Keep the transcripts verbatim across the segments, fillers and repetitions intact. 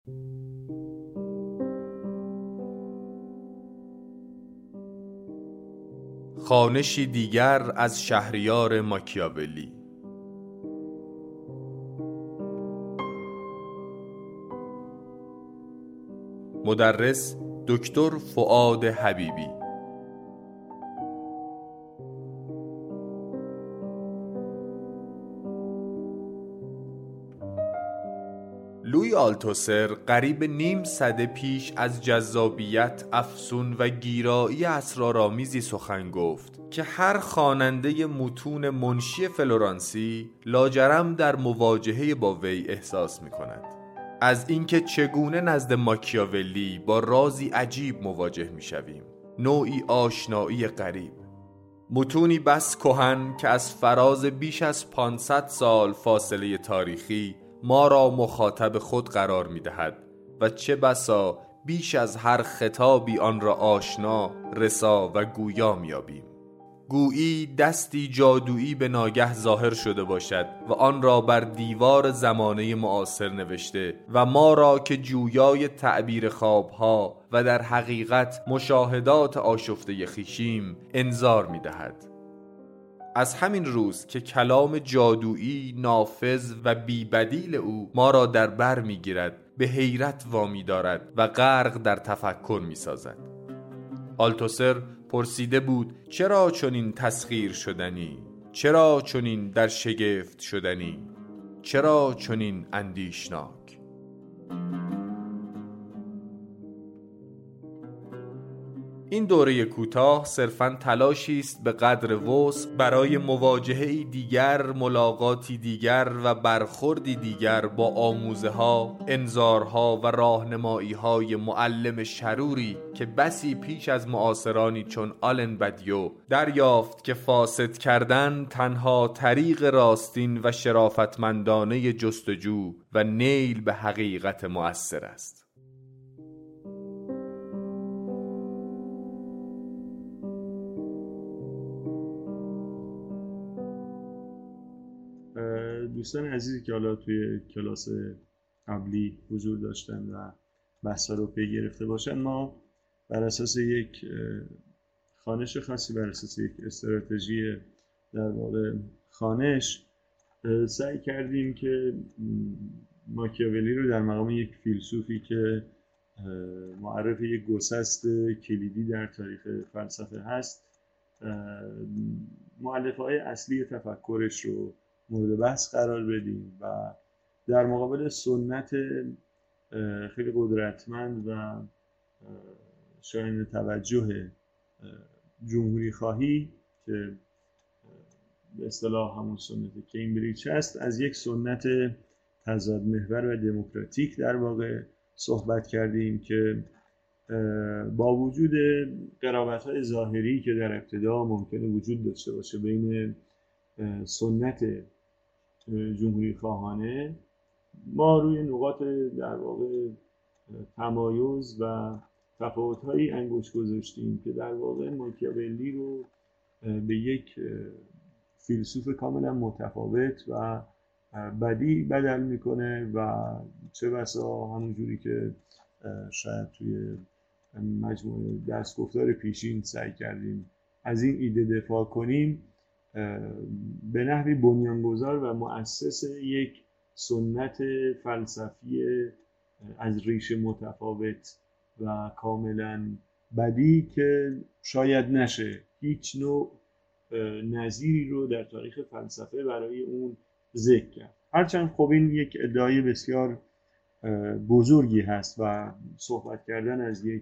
خوانشی دیگر از شهریار ماکیاولی. مدرس دکتر فؤاد حبیبی. لوی آلتوسر قریب نیم سده پیش از جذابیت، افسون و گیرایی اسرارآمیزی سخن گفت که هر خواننده متون منشی فلورانسی لاجرم در مواجهه با وی احساس می کند. از اینکه چگونه نزد ماکیاولی با رازی عجیب مواجه می شویم، نوعی آشنایی غریب. متونی بس کهن که از فراز بیش از پانصد سال فاصله تاریخی ما را مخاطب خود قرار می دهد و چه بسا بیش از هر خطابی آن را آشنا، رسا و گویا می یابیم. گویی دستی جادویی به ناگه ظاهر شده باشد و آن را بر دیوار زمانه معاصر نوشته و ما را که جویای تعبیر خوابها و در حقیقت مشاهدات آشفته خویشیم انذار می دهد. از همین روز که کلام جادویی، نافذ و بی‌بدیل او ما را در بر می گیرد، به حیرت وامی دارد و غرق در تفکر می سازد. آلتوسر پرسیده بود چرا چنین تسخیر شدنی؟ چرا چنین در شگفت شدنی؟ چرا چنین اندیشناک؟ این دوره کوتاه صرفاً تلاشی است به قدر وسع برای مواجهه‌ای دیگر، ملاقاتی دیگر و برخوردی دیگر با آموزه‌ها، انذارها و راهنمایی‌های معلم شروری که بسی پیش از معاصرانی چون آلن بدیو دریافت که فاسد کردن تنها طریق راستین و شرافتمندانه جستجو و نیل به حقیقت مؤثر است. دوستان عزیزی که حالا توی کلاس قبلی حضور داشتن و بحثا رو پی گرفته باشن، ما بر اساس یک خوانش خاصی، بر اساس یک استراتژی در واقع خوانش، سعی کردیم که ماکیاولی رو در مقام یک فیلسوفی که معرف یک گسست کلیدی در تاریخ فلسفه هست، مؤلفه‌های اصلی تفکرش رو مورد بحث قرار بدیم و در مقابل سنت خیلی قدرتمند و شایان توجه جمهوری خواهی که به اصطلاح همون سنت کمبریج هست، از یک سنت تضاد محور و دموکراتیک در واقع صحبت کردیم که با وجود قرابت‌های ظاهری که در ابتدا ممکنه وجود داشته باشه بین سنت جمهوری خواهانه، ما روی نقاط در واقع تمایز و تفاوت‌هایی انگشت گذاشتیم که در واقع ماکیاولی رو به یک فیلسوف کاملا متفاوت و بدیع بدل میکنه و چه بسا همونجوری که شاید توی مجموعه دستگفتار پیشین سعی کردیم از این ایده دفاع کنیم، به نحوی بنیانگذار و مؤسس یک سنت فلسفی از ریشه متفاوت و کاملا بدیع که شاید نشه هیچ نوع نظیری رو در تاریخ فلسفه برای اون ذکر کرد. هرچند خب این یک ادعای بسیار بزرگی هست و صحبت کردن از یک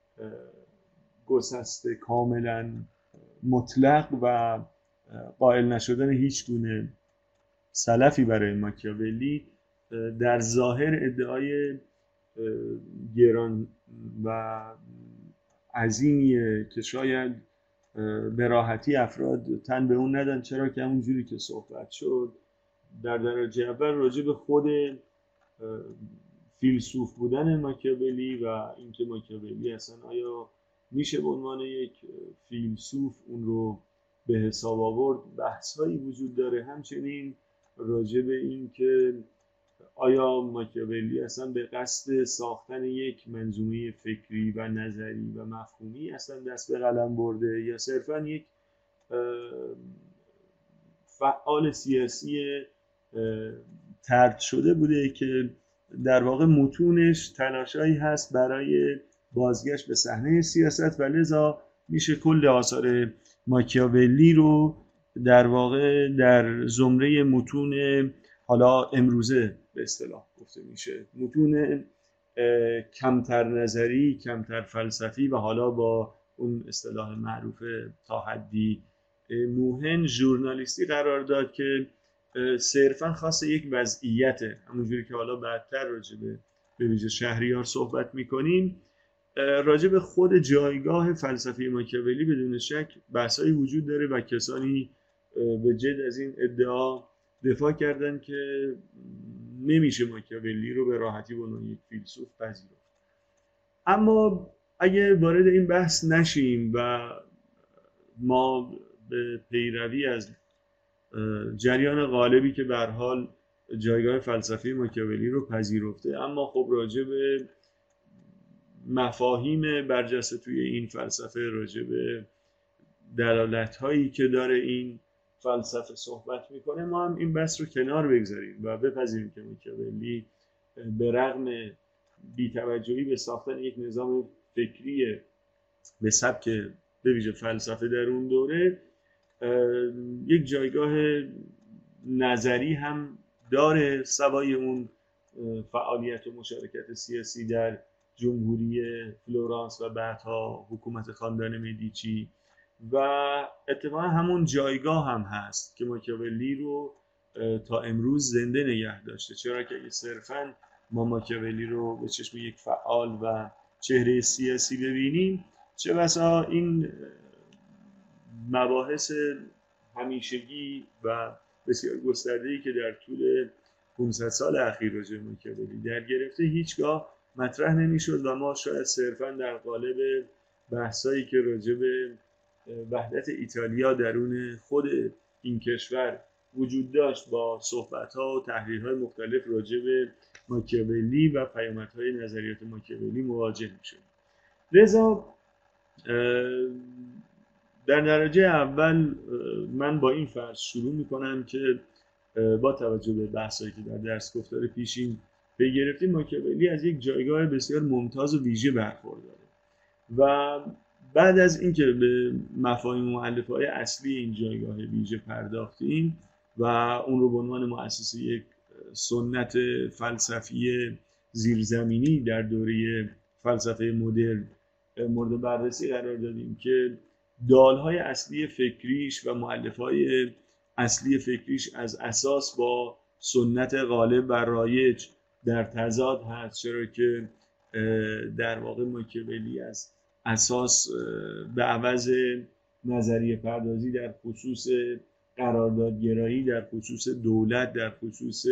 گسست کاملا مطلق و قائل نشدن هیچ گونه سلفی برای ماکیاولی در ظاهر ادعای گران و عظیمیه که شاید به راحتی افراد تن به اون ندن، چرا که همونجوری که صحبت شد در درجه اول راجع به خود فیلسوف بودن ماکیاولی و اینکه ماکیاولی اصلا آیا میشه به عنوان یک فیلسوف اون رو به حساب آورد، بحث‌هایی وجود داره. همچنین راجع به این که آیا ماکیاولی اصلا به قصد ساختن یک منظومه فکری و نظری و مفهومی اصلا دست به قلم برده یا صرفا یک فعال سیاسی طرد شده بوده که در واقع متونش تلاشایی هست برای بازگشت به صحنه سیاست و لذا میشه کل آثار ماکیاولی رو در واقع در زمره متون حالا امروزه به اصطلاح گفته میشه متون کمتر نظری، کمتر فلسفی و حالا با اون اصطلاح معروف تا حدی موهن ژورنالیستی قرار داد که صرفا خاص یک وضعیته، همونجوری که حالا بعدتر راجع به به ویژه شهریار صحبت میکنیم. راجع به خود جایگاه فلسفه ماکیاولی بدون شک بحثایی وجود داره و کسانی به جد از این ادعا دفاع کردن که نمیشه ماکیاولی رو به راحتی به عنوان یک فیلسوف پذیرفت. اما اگه وارد این بحث نشیم و ما به پیروی از جریان غالبی که به هر حال جایگاه فلسفی ماکیاولی رو پذیرفته اما خب راجع به مفاهیم برجسته توی این فلسفه، راجع به دلالت‌هایی که داره این فلسفه صحبت میکنه، ما هم این بحث رو کنار بگذاریم و بپذیریم که ماکیاولی به رغم بی‌توجهی به ساختن یک نظام فکری به سبک به ویژه فلسفه در اون دوره یک جایگاه نظری هم داره سوای اون فعالیت و مشارکت سیاسی در جمهوری فلورانس و بعدها حکومت خاندان مدیچی و اتفاقا همون جایگاه هم هست که ماکیاولی رو تا امروز زنده نگه داشته. چرا که اگه صرفاً ما ماکیاولی رو به چشم یک فعال و چهره سیاسی ببینیم، چه بسا این مباحث همیشگی و بسیار گسترده‌ای که در طول پانصد سال اخیر راجع به ماکیاولی در گرفته هیچگاه مطرح نمی‌شد و ما شاید صرفاً در قالب بحثایی که راجع به وحدت ایتالیا درون خود این کشور وجود داشت با صحبت‌ها و تحلیل‌های مختلف راجع به ماکیاولی و پیامدهای نظریات ماکیاولی مواجه می‌شدیم. لذا در درجه اول من با این فرض شروع می‌کنم که با توجه به بحثایی که در درس گفتار پیشین به گرفتیم، ماکیاولی از یک جایگاه بسیار ممتاز و ویژه برخورداره و بعد از اینکه به مفاهیم و مؤلفه‌های اصلی این جایگاه ویژه پرداختیم و اون رو به عنوان مؤسس یک سنت فلسفی زیرزمینی در دوره فلسفه مدرن مورد بررسی قرار دادیم که دالهای اصلی فکریش و مؤلفه‌های اصلی فکریش از اساس با سنت غالب و رایج در تضاد هست، چرا که در واقع ماکیاولی از اساس به عوض نظریه پردازی در خصوص قراردادگرایی، در خصوص دولت، در خصوص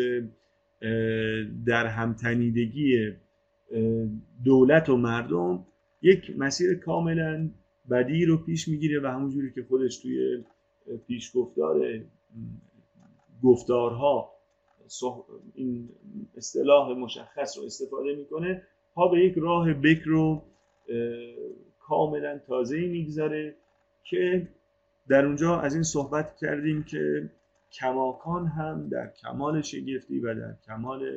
در همتنیدگی دولت و مردم یک مسیر کاملا بدیهی رو پیش میگیره و همونجوری که خودش توی پیشگفتار گفتارها این اصطلاح مشخص رو استفاده میکنه، ها به یک راه بکر رو کاملا تازه‌ای میگذاره که در اونجا از این صحبت کردیم که کماکان هم در کمال شگفتی و در کمال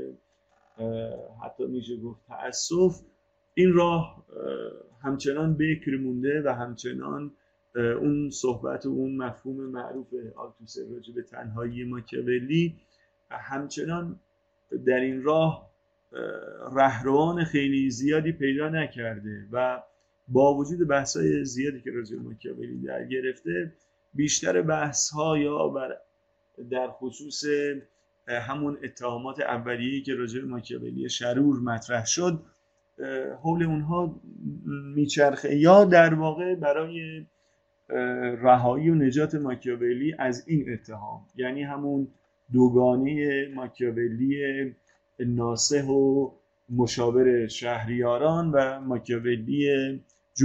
حتی میشه گفت تأسف این راه همچنان بکر مونده و همچنان اون صحبت و اون مفهوم معروف آلتوسر راجع به تنهایی ماکیاولی همچنان در این راه رهروان خیلی زیادی پیدا نکرده و با وجود بحث‌های زیادی که راجع به ماکیاولی در گرفته، بیشتر بحث‌ها یا بر در خصوص همون اتهامات اولیه‌ای که راجع به ماکیاولی شرور مطرح شد حول اونها میچرخه یا در واقع برای رهایی و نجات ماکیاولی از این اتهام، یعنی همون دوگانه ماکیاولی ناصح و مشاور شهریاران و ماکیاولی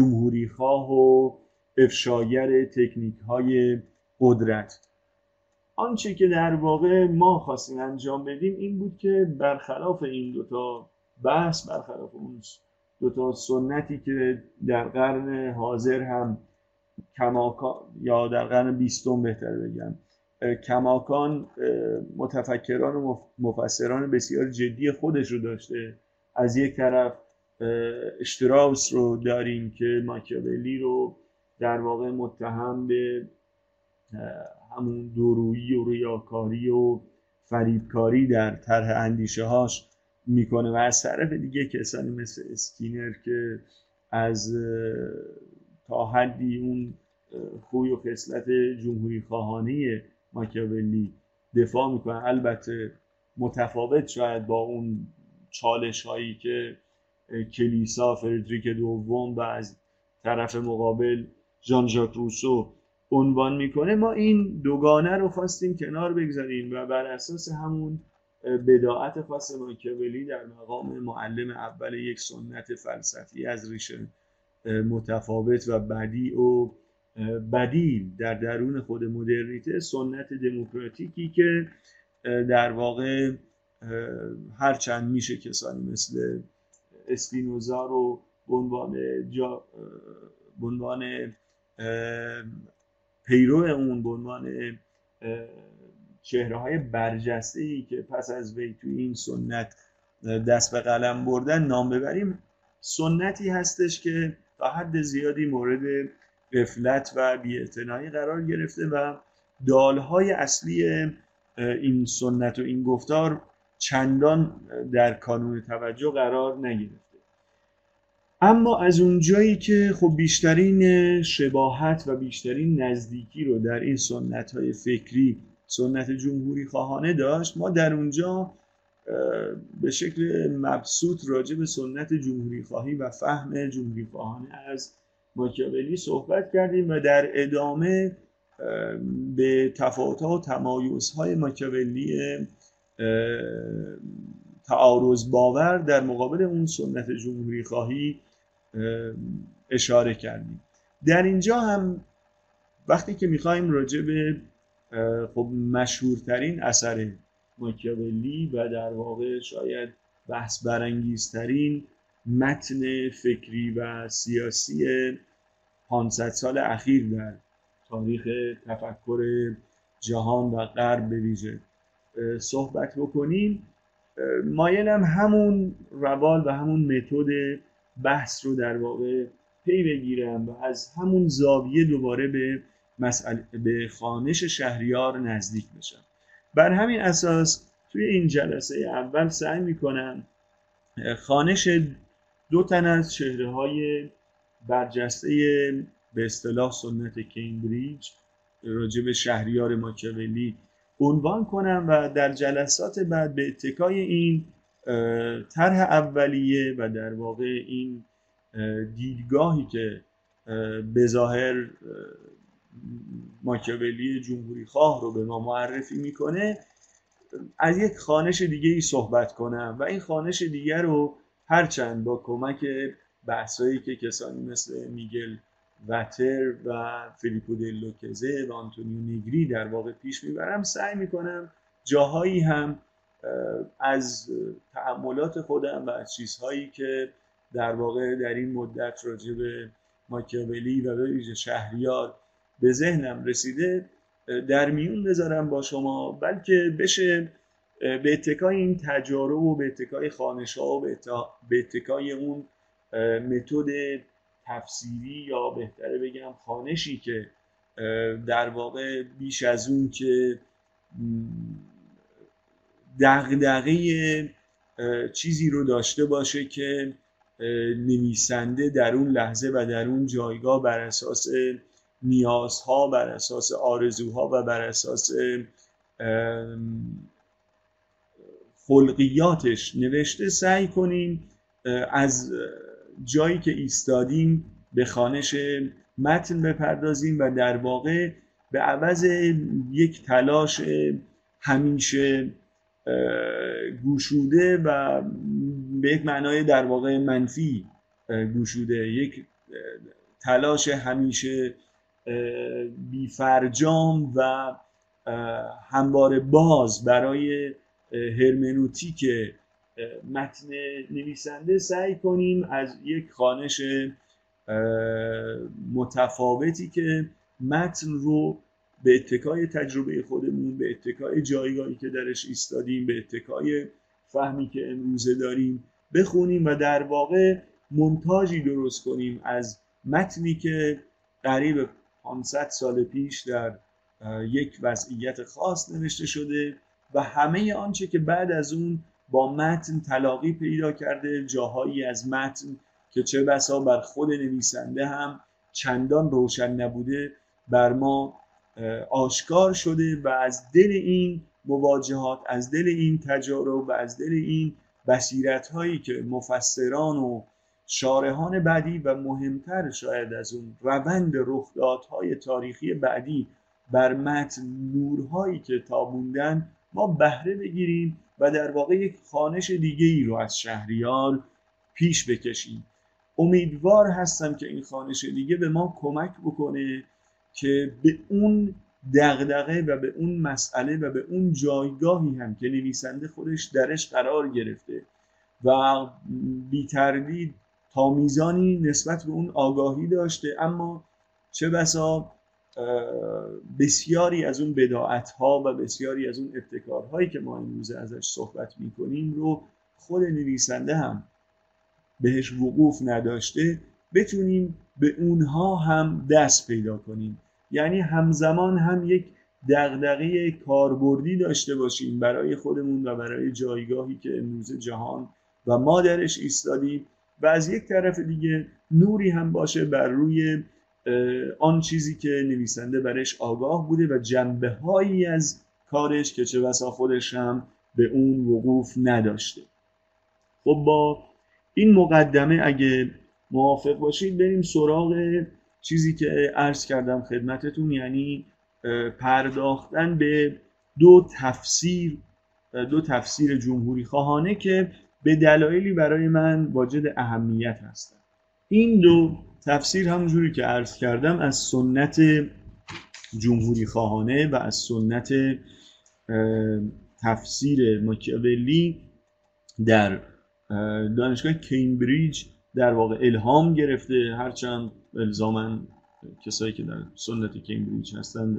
جمهوریخواه و افشاگر تکنیک‌های قدرت. آنچه که در واقع ما خواستیم انجام بدیم این بود که برخلاف این دوتا بحث، برخلاف اون دوتا سنتی که در قرن حاضر هم کماکان، یا در قرن بیستم بهتر بگم، کماکان متفکران و مفسران بسیار جدی خودش رو داشته. از یک طرف اشتراوس رو داریم که ماکیاولی رو در واقع متهم به همون دورویی و ریاکاری و فریبکاری در طرح اندیشه هاش میکنه، و از طرف دیگه کسانی مثل اسکینر که از تا حدی اون خوی و خصلت جمهوری خواهانه ماکیاولی دفاع میکنن، البته متفاوت شاید با اون چالش هایی که کلیسا، فردریک دوم و از طرف مقابل ژان ژاک روسو عنوان میکنه. ما این دوگانه رو خواستیم کنار بگذاریم و بر اساس همون بداعت خاص ماکیاولی در مقام معلم اول یک سنت فلسفی از ریشه متفاوت و بدیع و بدیل در درون خود مدرنیته، سنت دموکراتیکی که در واقع هرچند میشه کسانی مثل اسپینوزا رو به عنوان جا به عنوان پیرو اون، به عنوان چهره‌های برجسته‌ای که پس از وی توی این سنت دست به قلم بردن نام ببریم، سنتی هستش که تا حد زیادی مورد غفلت و بی‌اعتنایی قرار گرفته و دالهای اصلی این سنت و این گفتار چندان در کانون توجه قرار نگرفته. اما از اونجایی که خب بیشترین شباهت و بیشترین نزدیکی رو در این سنت‌های فکری سنت جمهوری خواهانه داشت، ما در اونجا به شکل مبسوط راجع به سنت جمهوری خواهی و فهم جمهوری خواهانه از ماکیاولی صحبت کردیم و در ادامه به تفاوت‌ها و تمایزهای ماکیاولی تعارض باور در مقابل اون سنت جمهوری خواهی اشاره کردیم. در اینجا هم وقتی که می‌خوایم راجع به خب مشهورترین اثر ماکیاولی و در واقع شاید بحث برانگیزترین متن فکری و سیاسی پانصد سال اخیر در تاریخ تفکر جهان و غرب به ویژه صحبت بکنیم، مایلم همون روال و همون متد بحث رو در واقع پی بگیرم و از همون زاویه دوباره به مسئله به خوانش شهریار نزدیک بشم. بر همین اساس توی این جلسه اول سعی میکنم خوانش دو تن از چهره‌های برجسته به اصطلاح سنت کمبریج راجع به شهریار ماکیاولی عنوان کنم و در جلسات بعد به اتکای این طرح اولیه و در واقع این دیدگاهی که به ظاهر ماکیاولی جمهوری خواه رو به ما معرفی میکنه از یک خوانش دیگه ای صحبت کنم و این خوانش دیگه رو هرچند با کمک بحثایی که کسانی مثل میگل وتر و فیلیپو دلوکزه و آنتونیو نیگری در واقع پیش میبرم، سعی میکنم جاهایی هم از تأملات خودم و از چیزهایی که در واقع در این مدت راجع به ماکیاولی و به ویژه شهریار به ذهنم رسیده در میون بذارم با شما، بلکه بشه به اتکای این تجارب و به اتکای خوانش‌ها و به اتکای اون متد تفسیری یا بهتره بگم خوانشی که در واقع بیش از اون که دغدغه چیزی رو داشته باشه که نویسنده در اون لحظه و در اون جایگاه بر اساس نیازها، بر اساس آرزوها و بر اساس خلقیاتش نوشته، سعی کنیم از جایی که ایستادیم به خوانش متن بپردازیم و در واقع به عوض یک تلاش همیشه گوشوده و به یک معنای در واقع منفی گوشوده، یک تلاش همیشه بی‌فرجام و همواره باز برای هرمنوتیک متن نویسنده سعی کنیم از یک خوانش متفاوتی که متن رو به اتکای تجربه خودمون، به اتکای جایگاهی که درش ایستادیم، به اتکای فهمی که امروزه داریم بخونیم و در واقع مونتاژی درست کنیم از متنی که قریب پانصد سال پیش در یک وضعیت خاص نوشته شده و همه آنچه که بعد از اون با متن تلاقی پیدا کرده، جاهایی از متن که چه بسا بر خود نویسنده هم چندان روشن نبوده بر ما آشکار شده و از دل این مواجهات، از دل این تجارب و از دل این بصیرت هایی که مفسران و شارحان بعدی و مهمتر شاید از اون روند رخدادهای تاریخی بعدی بر متن نورهایی که تابوندن ما بهره بگیریم و در واقع یک خوانش دیگه ای رو از شهریار پیش بکشیم. امیدوار هستم که این خوانش دیگه به ما کمک بکنه که به اون دغدغه و به اون مسئله و به اون جایگاهی هم که نویسنده خودش درش قرار گرفته و بی تردید تا میزانی نسبت به اون آگاهی داشته، اما چه بسا بسیاری از اون بداعت‌ها و بسیاری از اون ابتکارهایی که ما امروزه ازش صحبت می‌کنیم رو خود نویسنده هم بهش وقوف نداشته، بتونیم به اونها هم دست پیدا کنیم. یعنی همزمان هم یک دغدغه کاربردی داشته باشیم برای خودمون و برای جایگاهی که امروزه جهان و ما درش ایستادیم و از یک طرف دیگه نوری هم باشه بر روی آن چیزی که نویسنده برش آگاه بوده و جنبه هایی از کارش که چه بسا خودش هم به اون وقوف نداشته. خب با این مقدمه اگه موافق باشید بریم سراغ چیزی که عرض کردم خدمتتون، یعنی پرداختن به دو تفسیر دو تفسیر جمهوری خواهانه که به دلایلی برای من واجد اهمیت هستند. این دو تفسیر همونجوری که عرض کردم از سنت جمهوری خواهانه و از سنت تفسیر ماکیاولی در دانشگاه کمبریج در واقع الهام گرفته، هرچند الزاماً کسایی که در سنت کمبریج هستند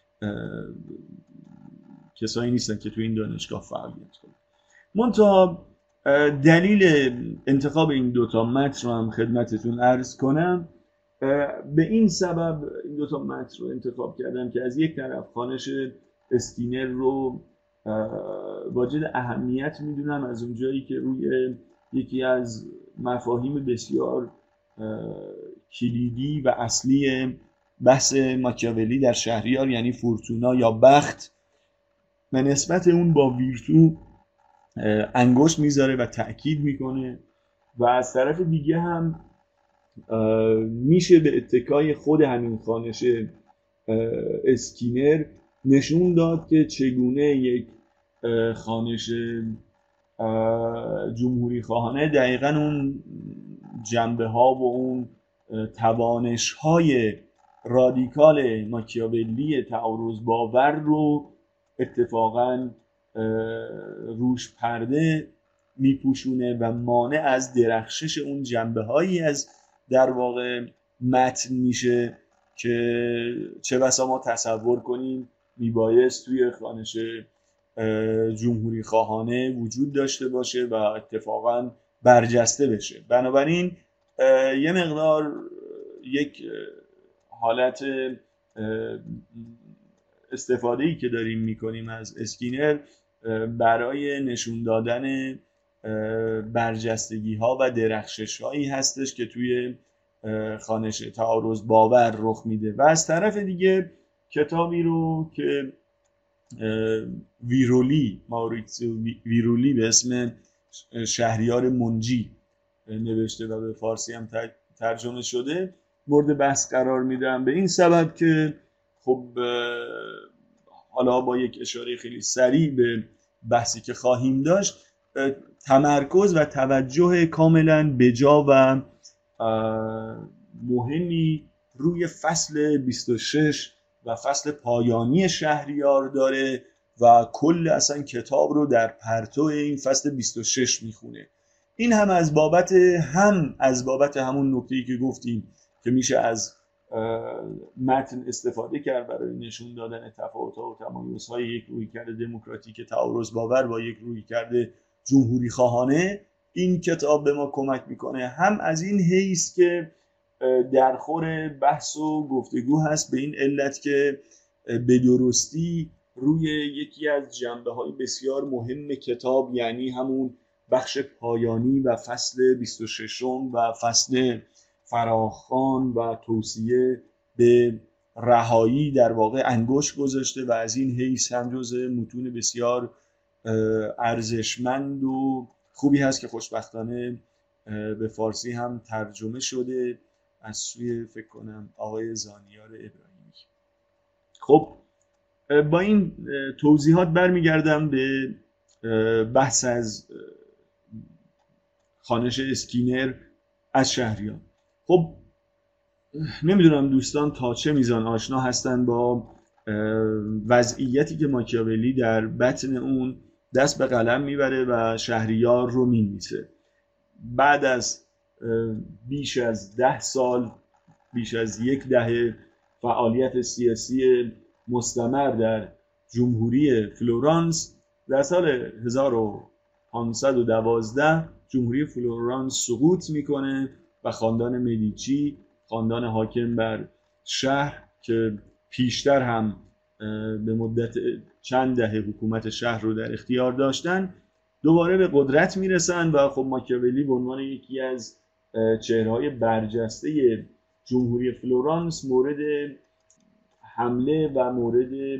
کسایی نیستن که تو این دانشگاه فعالیت کنند. منتها دلیل انتخاب این دوتا متن رو هم خدمتتون عرض کنم. به این سبب این دوتا متن رو انتخاب کردم که از یک طرف خوانش اسکینر رو واجد اهمیت میدونم از اونجایی که روی یکی از مفاهیم بسیار کلیدی و اصلی بحث ماکیاولی در شهریار یعنی فورتونا یا بخت به نسبت اون با ویرتو انگشت میذاره و تأکید میکنه و از طرف دیگه هم میشه به اتکای خود همین خوانش اسکینر نشون داد که چگونه یک خوانش جمهوری خواهانه دقیقاً اون جنبه ها و اون توانش های رادیکال ماکیاولی تعارض باور رو اتفاقاً روش پرده میپوشونه و مانع از درخشش اون جنبه هایی از در واقع متن میشه که چه بسا ما تصور کنیم میبایست توی خوانش جمهوری خواهانه وجود داشته باشه و اتفاقاً برجسته بشه. بنابراین یه مقدار یک حالت استفاده‌ای که داریم میکنیم از اسکینر برای نشون دادن برجستگی ها و درخشش هایی هستش که توی خوانش تعارض باور رخ میده و از طرف دیگه کتابی رو که ویرولی ماوریتسیو ویرولی به اسم شهریار منجی نوشته و به فارسی هم ترجمه شده مورد بحث قرار میدم، به این سبب که خب حالا با یک اشاره خیلی سریع به بحثی که خواهیم داشت تمرکز و توجه کاملا بجا و مهمی روی فصل بیست و شش و فصل پایانی شهریار داره و کل اصلا کتاب رو در پرتو این فصل بیست و شش میخونه. این هم از بابت هم از بابت همون نکته‌ای که گفتیم که میشه از متن استفاده کرد برای نشون دادن تفاوت‌ها و تمایزهای یک رویکرد دموکراتیک تعارض باور با یک رویکرد جمهوری خواهانه. این کتاب به ما کمک میکنه هم از این حیث که در خور بحث و گفتگو هست به این علت که به درستی روی یکی از جنبه‌های بسیار مهم کتاب، یعنی همون بخش پایانی و فصل بیست و شش و فصل فراخوان و توصیه به رهایی در واقع انگشت گذاشته و از این حیث هم جزء متون بسیار ارزشمند و خوبی هست که خوشبختانه به فارسی هم ترجمه شده از سوی فکر کنم آقای زانیار ابراهیمی. خب با این توضیحات برمیگردم به بحث از خوانش اسکینر از شهریار. خب نمیدونم دوستان تا چه میزان آشنا هستن با وضعیتی که ماکیاولی در بطن اون دست به قلم میبره و شهریار رو مینویسه. بعد از بیش از ده سال، بیش از یک دهه فعالیت سیاسی مستمر در جمهوری فلورانس، در سال هزار و پانصد و دوازده جمهوری فلورانس سقوط میکنه و خاندان مدیچی، خاندان حاکم بر شهر که پیشتر هم به مدت چند دهه حکومت شهر رو در اختیار داشتن، دوباره به قدرت میرسن و خب ماکیاولی به عنوان یکی از چهره‌های برجسته جمهوری فلورانس مورد حمله و مورد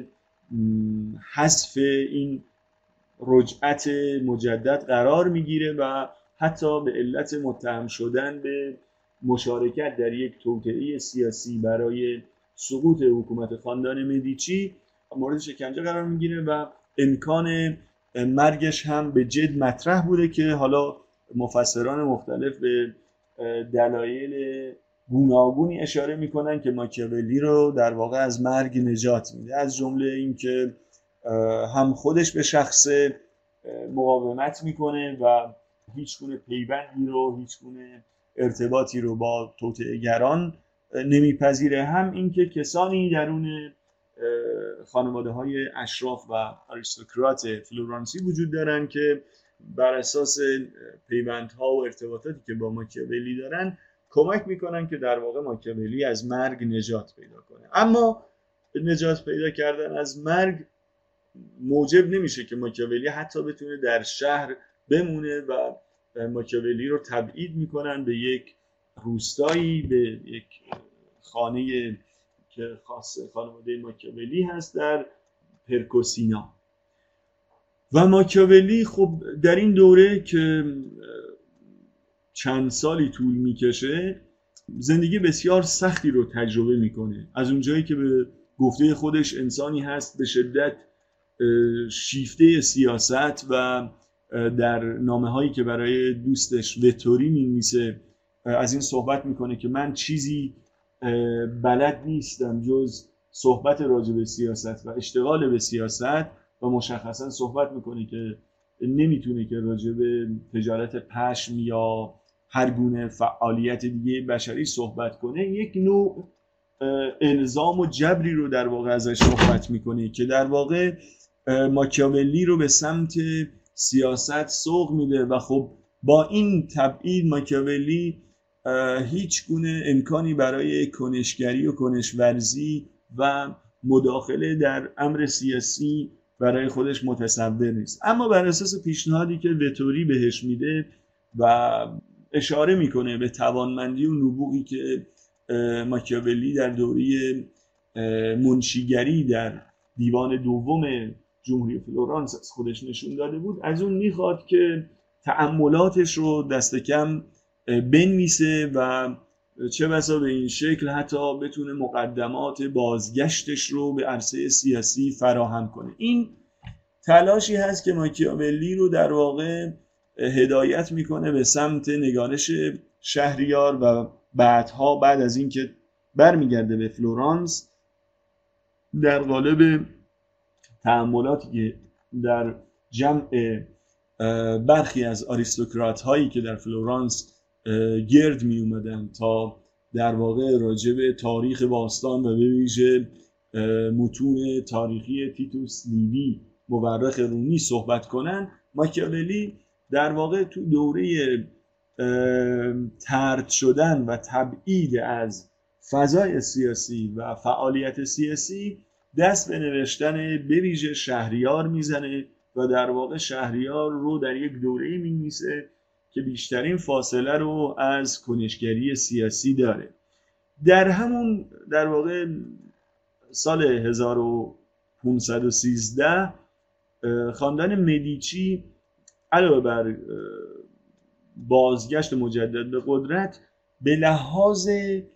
حذف این رجعت مجدد قرار میگیره و حتی به علت متهم شدن به مشارکت در یک توطئه سیاسی برای سقوط حکومت خاندان مدیچی مورد شکنجه قرار میگیره و امکان مرگش هم به جد مطرح بوده که حالا مفسران مختلف به دلایل گوناگونی اشاره میکنن که ماکیاولی رو در واقع از مرگ نجات میده، از جمله این که هم خودش به شخص مقاومت میکنه و هیچ گونه پیوندی رو، هیچ گونه ارتباطی رو با توطئه‌گران نمیپذیره، هم این که کسانی درون خانواده های اشراف و آریستوکرات فلورانسی وجود دارن که بر اساس پیوندها و ارتباطاتی که با ماکیاولی دارن کمک میکنن که در واقع ماکیاولی از مرگ نجات پیدا کنه. اما نجات پیدا کردن از مرگ موجب نمیشه که ماکیاولی حتی بتونه در شهر بمونه و ماکیاولی رو تبعید میکنن به یک روستایی، به یک خانه که خاص خانواده ماکیاولی هست در پرکوسینا. و ماکیاولی خب در این دوره که چند سالی طول میکشه زندگی بسیار سختی رو تجربه میکنه. از اونجایی که به گفته خودش انسانی هست به شدت شیفته سیاست و در نامه هایی که برای دوستش وتوری می‌نویسه از این صحبت میکنه که من چیزی بلد نیستم جز صحبت راجع به سیاست و اشتغال به سیاست، و مشخصا صحبت میکنه که نمیتونه که راجع به تجارت پشم یا هر گونه فعالیت دیگه بشری صحبت کنه. یک نوع الزام و جبری رو در واقع ازش صحبت میکنه که در واقع ماکیاولی رو به سمت سیاست سوق میده و خب با این تبعید ماکیاولی هیچ گونه امکانی برای کنشگری و کنشورزی و مداخله در امر سیاسی برای خودش متصور نیست. اما بر اساس پیشنهادی که وتوری بهش میده و اشاره میکنه به توانمندی و نبوغی که ماکیاولی در دوره منشیگری در دیوان دوم جمهوری فلورانس از خودش نشون داده بود، از اون میخواد که تأملاتش رو دست کم بنویسه و چه بسا به این شکل حتی بتونه مقدمات بازگشتش رو به عرصه سیاسی فراهم کنه. این تلاشی هست که ماکیاولی رو در واقع هدایت میکنه به سمت نگارش شهریار و بعدها بعد از اینکه برمیگرده به فلورانس در قالب تأملاتی که در جمع برخی از آریستوکرات هایی که در فلورانس گرد می اومدن تا در واقع راجع به تاریخ باستان و به ویژه متون تاریخی تیتوس لیوی مورخ رومی صحبت کنن، ماکیاولی در واقع تو دوره طرد شدن و تبعید از فضای سیاسی و فعالیت سیاسی دست به نوشتن به ویژه شهریار میزنه و در واقع شهریار رو در یک دوره‌ای می‌نویسه که بیشترین فاصله رو از کنشگری سیاسی داره. در همون در واقع سال هزار و پانصد و سیزده خاندان مدیچی علاوه بر بازگشت مجدد به قدرت به لحاظ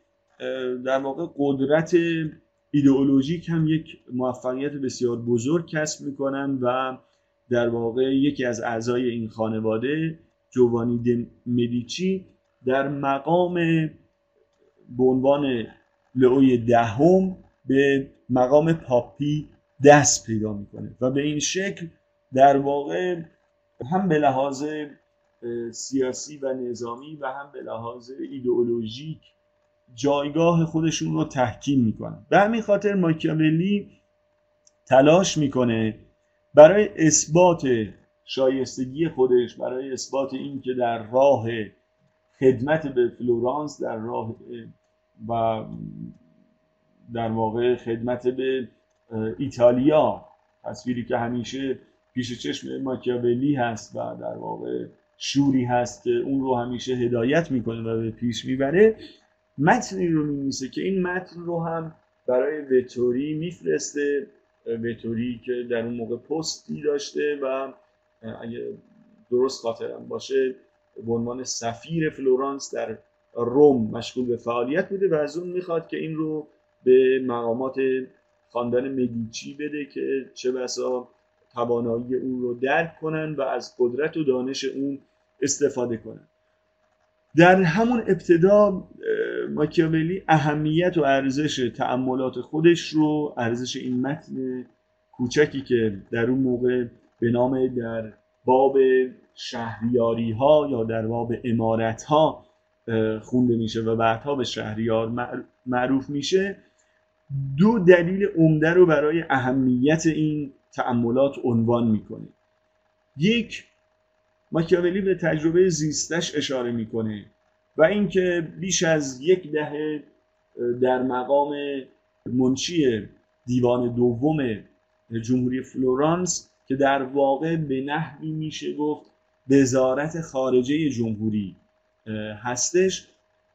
در واقع قدرت ایدئولوژیک هم یک موفقیت بسیار بزرگ کسب میکنن و در واقع یکی از اعضای این خانواده جوانی د مدیچی در مقام به عنوان لئوی دهم به مقام پاپی دست پیدا میکنه و به این شکل در واقع هم به لحاظ سیاسی و نظامی و هم به لحاظ ایدئولوژیک جایگاه خودشون رو تحکیم میکنن. به همین خاطر ماکیاولی تلاش میکنه برای اثبات شایستگی خودش، برای اثبات این که در راه خدمت به فلورانس، در راه و در واقع خدمت به ایتالیا، تصویری که همیشه پیش چشم ماکیاولی هست و در واقع شوری هست که اون رو همیشه هدایت میکنه و به پیش میبره، متنی رو می‌نویسه که این متن رو هم برای ویتوری میفرسته. ویتوری که در اون موقع پستی داشته و اگه درست خاطرم باشه به عنوان سفیر فلورانس در روم مشغول به فعالیت بوده و از اون میخواد که این رو به مقامات خاندان مدیچی بده که چه بسا توانایی اون رو درک کنن و از قدرت و دانش اون استفاده کنن. در همون ابتدا ماکیاولی اهمیت و ارزش تأملات خودش رو، ارزش این متن کوچکی که در اون موقع به نام در باب شهریاری ها یا در باب امارت ها خونده میشه و بعدها به شهریار معروف میشه، دو دلیل عمده رو برای اهمیت این تأملات عنوان میکنه. یک، ماکیاولی به تجربه زیستش اشاره میکنه و اینکه بیش از یک دهه در مقام منشی دیوان دوم جمهوری فلورانس که در واقع به نحوی میشه گفت وزارت خارجه جمهوری هستش،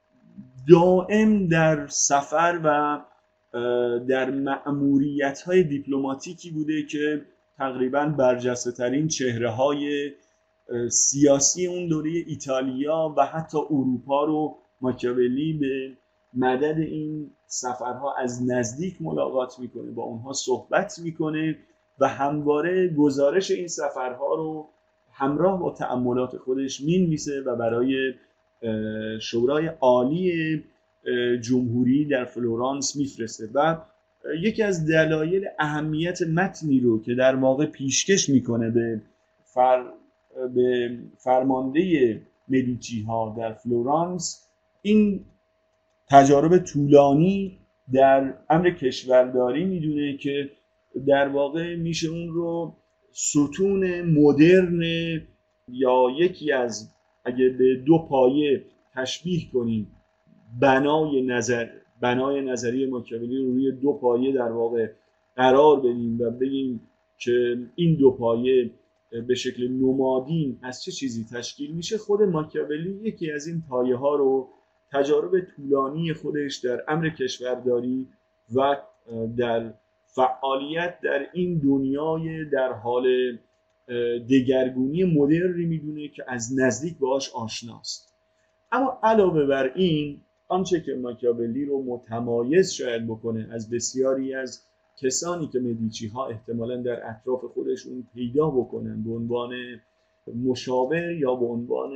دائم در سفر و در مأموریت‌های دیپلماتیکی بوده که تقریباً برجسته ترین چهره‌های سیاسی اون دوره ایتالیا و حتی اروپا رو ماکیاولی به مدد این سفرها از نزدیک ملاقات میکنه، با اونها صحبت میکنه و همواره گزارش این سفرها رو همراه با تأملات خودش مینویسه و برای شورای عالی جمهوری در فلورانس میفرسته. و یکی از دلایل اهمیت متنی رو که در واقع پیشکش میکنه به فر به فرمانده مدیچی ها در فلورانس، این تجارب طولانی در امر کشورداری میدونه که در واقع میشه اون رو ستون مدرن یا یکی از، اگه به دو پایه تشبیه کنیم، بنای نظر بنای نظری ماکیاولی رو روی دو پایه در واقع قرار بدیم و بگیم که این دو پایه به شکل نمادین از چه چیزی تشکیل میشه، خود ماکیاولی یکی از این پایه ها رو تجارب طولانی خودش در امر کشورداری و در فعالیت در این دنیای در حال دگرگونی مدرنی میدونه که از نزدیک باهاش آشناست. اما علاوه بر این، آنچه که ماکیاولی رو متمایز شاید بکنه از بسیاری از کسانی که مدیچی ها احتمالاً در اطراف خودشون پیدا بکنن به عنوان مشاور یا به عنوان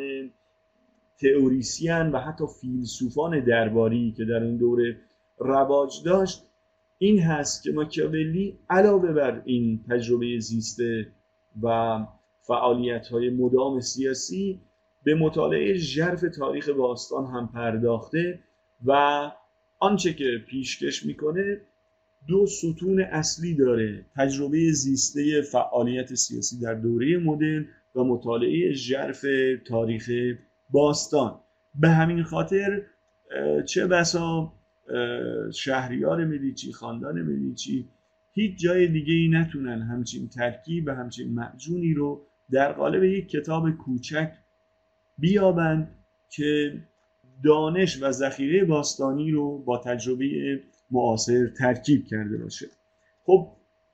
تئوریسین و حتی فیلسوفان درباری که در این دوره رواج داشت، این هست که ماکیاولی علاوه بر این تجربه زیسته و فعالیت‌های مدام سیاسی به مطالعه ژرف تاریخ باستان هم پرداخته و آنچه که پیشکش میکنه دو ستون اصلی داره: تجربه زیسته فعالیت سیاسی در دوره مدرن و مطالعه ژرف تاریخ باستان. به همین خاطر چه بسا شهریار مدیچی، خاندان مدیچی هیچ جای دیگه ای نتونن همچین ترکیب و همچین معجونی رو در قالب یک کتاب کوچک بیابن که دانش و ذخیره باستانی رو با تجربه معاصر ترکیب کرده باشه. خب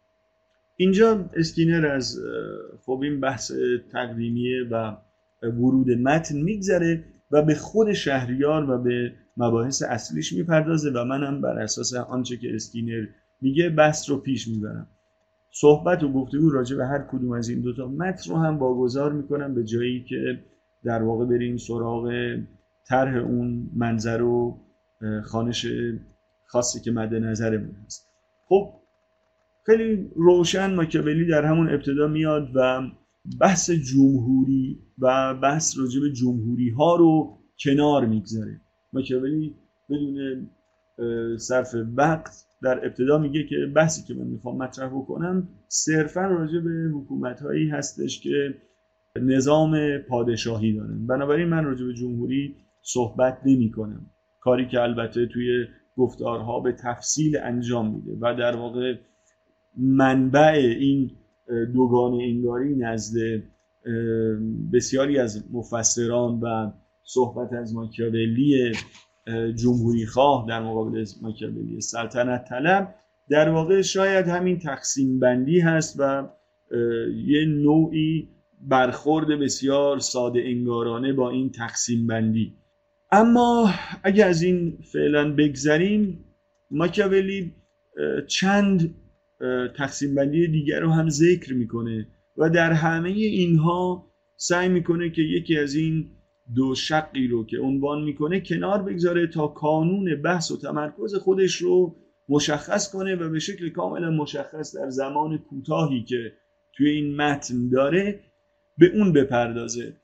اینجا اسکینر از خب این بحث تقدیمیه و ورود متن میگذره و به خود شهریار و به مباحث اصلیش میپردازه و منم بر اساس آنچه که اسکینر میگه بحث رو پیش میبرم. صحبت و گفتگو راجع به هر کدوم از این دوتا متن رو هم واگذار میکنم به جایی که در واقع بریم سراغ طرح اون منظر و خوانش خاصی که مد نظرمون هست. خب خیلی روشن ماکیاولی در همون ابتدا میاد و بحث جمهوری و بحث راجع به جمهوری ها رو کنار میگذاره. ماکیاولی بدون صرف وقت در ابتدا میگه که بحثی که من میخوام مطرح بکنم صرفا راجع به حکومت هایی هستش که نظام پادشاهی دارن، بنابراین من راجع به جمهوری صحبت نمی کنم، کاری که البته توی گفتارها به تفصیل انجام میده و در واقع منبع این دوگانه انگاری نزد بسیاری از مفسران و صحبت از ماکیاولی جمهوری خواه در مقابل ماکیاولی سلطنت طلب در واقع شاید همین تقسیم بندی هست و یه نوعی برخورد بسیار ساده انگارانه با این تقسیم بندی. اما اگه از این فعلا بگذریم، ماکیاولی چند تقسیم بندی دیگر رو هم ذکر میکنه و در همه اینها سعی میکنه که یکی از این دو شقی رو که عنوان میکنه کنار بگذاره تا کانون بحث و تمرکز خودش رو مشخص کنه و به شکل کاملا مشخص در زمان کوتاهی که توی این متن داره به اون بپردازه.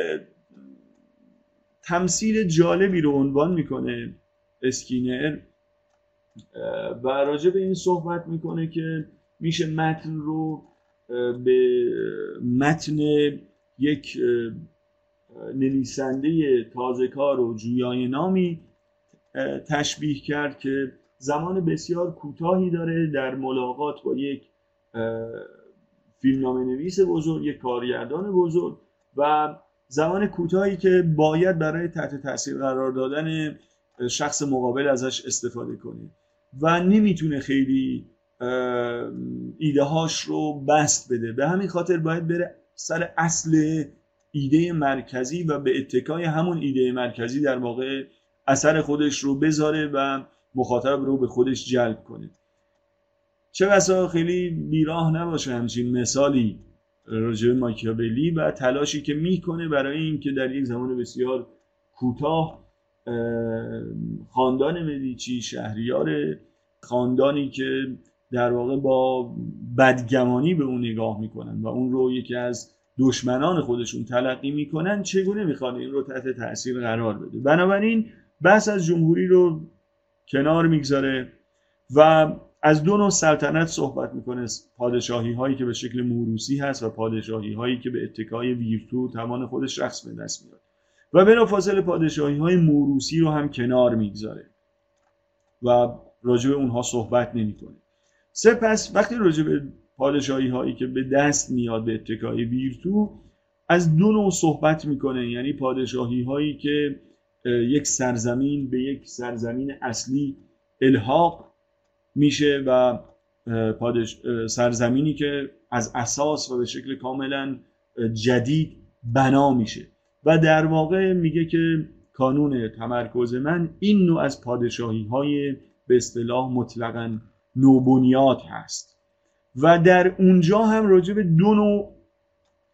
تمثیل جالبی رو عنوان میکنه اسکینر و راجع به این صحبت میکنه که میشه متن رو به متن یک نویسنده تازه‌کار و جویای نامی تشبیه کرد که زمان بسیار کوتاهی داره در ملاقات با یک فیلمنامه نویس بزرگ، یک کارگردان بزرگ و زمان کوتاهی که باید برای تحت تاثیر قرار دادن شخص مقابل ازش استفاده کنه و نمیتونه خیلی ایده هاش رو بست بده. به همین خاطر باید بره سر اصل ایده مرکزی و به اتکای همون ایده مرکزی در واقع اثر خودش رو بذاره و مخاطب رو به خودش جلب کنه. چه بسا خیلی بیراه نباشه همچین مثالی راجع به ماکیاولی و تلاشی که میکنه برای این که در یک زمان بسیار کوتاه خاندان مدیچی، شهریار خاندانی که در واقع با بدگمانی به اون نگاه میکنن و اون رو یکی از دشمنان خودشون تلقی میکنن، چگونه میخواد این رو تحت تاثیر قرار بده. بنابراین بحث از جمهوری رو کنار میگذاره و از دو نوع سلطنت صحبت میکنه: پادشاهی هایی که به شکل موروثی هست و پادشاهی هایی که به اتکای ویرتو توان خودش شخص به دست میاد و بلافاصله پادشاهی های موروثی رو هم کنار میگذاره و راجع به اونها صحبت نمیکنه. سپس وقتی راجع به پادشاهی هایی که به دست میاد به اتکای ویرتو از دو نوع صحبت میکنه، یعنی پادشاهی هایی که یک سرزمین به یک سرزمین اصلی الحاق میشه و پادش... سرزمینی که از اساس و به شکل کاملا جدید بنا میشه و در واقع میگه که کانون تمرکز من این نوع از پادشاهی های به اصطلاح مطلقاً نوبنیاد هست و در اونجا هم راجع به دو نوع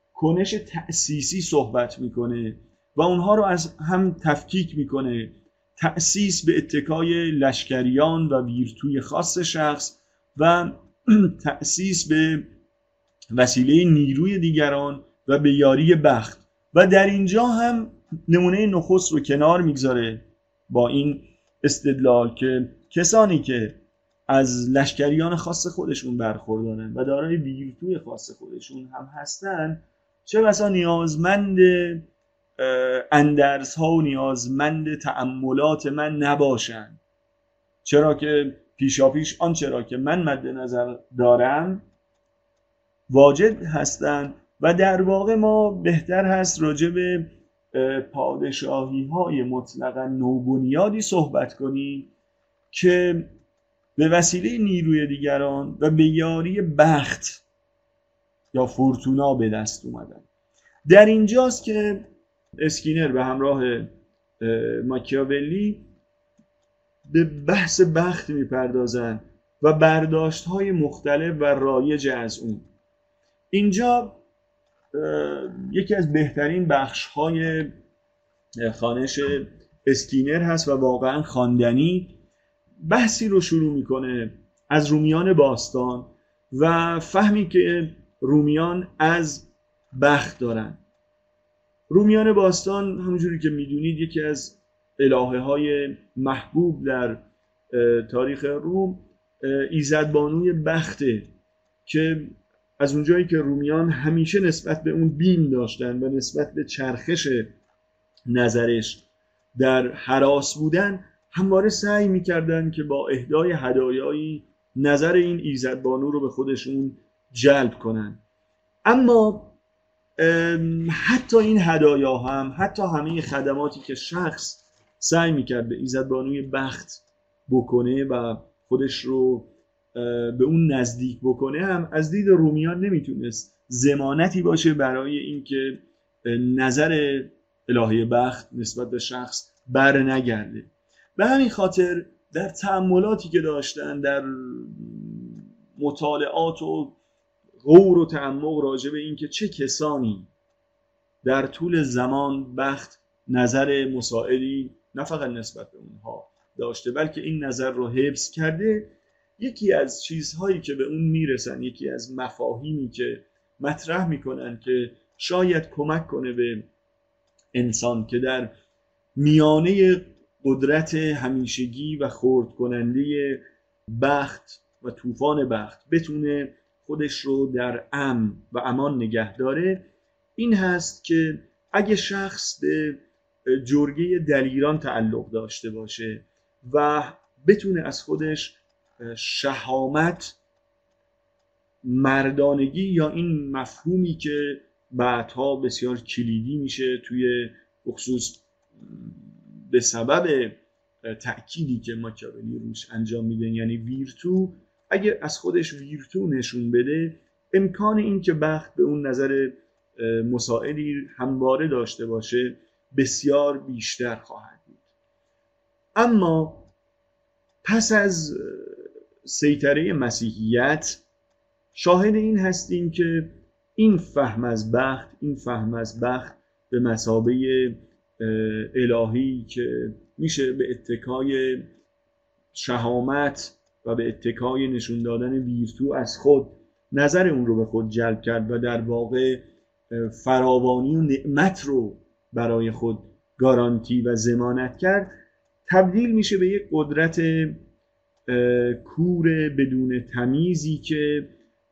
کنش تأسیسی صحبت میکنه و اونها رو از هم تفکیک میکنه تأسیس به اتکای لشکریان و ویرتوی خاص شخص و تأسیس به وسیله نیروی دیگران و به یاری بخت. و در اینجا هم نمونه نخست رو کنار میگذاره با این استدلال که کسانی که از لشکریان خاص خودشون برخوردارن و دارای ویرتوی خاص خودشون هم هستن، چه بسا نیازمند اندرس ها و نیازمند تأملات من نباشن، چرا که پیشاپیش آن چرا که من مد نظر دارم واجد هستند. و در واقع ما بهتر هست راجع به پادشاهی های مطلقا نوبنیادی صحبت کنیم که به وسیله نیروی دیگران و به یاری بخت یا فورتونا به دست اومدن. در اینجاست که اسکینر به همراه ماکیاولی به بحث بخت میپردازن و برداشت های مختلف و رایج از اون. اینجا یکی از بهترین بخش های خوانش اسکینر هست و واقعا خواندنی. بحثی رو شروع میکنه از رومیان باستان و فهمی که رومیان از بخت دارن. رومیان باستان همونجوری که میدونید یکی از الهه های محبوب در تاریخ روم ایزدبانوی بخته که از اونجایی که رومیان همیشه نسبت به اون بیم داشتن و نسبت به چرخش نظرش در هراس بودن، همواره سعی میکردن که با اهدای هدایایی نظر این ایزدبانو رو به خودشون جلب کنن. اما حتی این هدایا هم، حتی همه خدماتی که شخص سعی میکرد به ایزدبانوی بخت بکنه و خودش رو به اون نزدیک بکنه، هم از دید رومیان نمیتونست ضمانتی باشه برای اینکه نظر الهه بخت نسبت به شخص بر نگرده. به همین خاطر در تأملاتی که داشتن، در مطالعات و غور و تعمق راجع به اینکه چه کسانی در طول زمان بخت نظر مساعدی نه فقط نسبت به اونها داشته بلکه این نظر رو حفظ کرده، یکی از چیزهایی که به اون میرسن، یکی از مفاهیمی که مطرح میکنن که شاید کمک کنه به انسان که در میانه قدرت همیشگی و خرد کننده بخت و طوفان بخت بتونه خودش رو در امن و امان نگه داره، این هست که اگه شخص به جرگه دلیران تعلق داشته باشه و بتونه از خودش شهامت، مردانگی یا این مفهومی که بعدها بسیار کلیدی میشه توی خصوص به سبب تأکیدی که ماکیاولی روش انجام میده، یعنی ویرتو، اگه از خودش ویرتو نشون بده، امکان این که بخت به اون نظر مساعدی همواره داشته باشه بسیار بیشتر خواهد بود. اما پس از سیطره مسیحیت شاهد این هستیم که این فهم از بخت این فهم از بخت به مثابه الهی که میشه به اتکای شهامت و به اتکای نشون دادن ویرتو از خود نظر اون رو به خود جلب کرد و در واقع فراوانی و نعمت رو برای خود گارانتی و ضمانت کرد، تبدیل میشه به یک قدرت کور بدون تمیزی که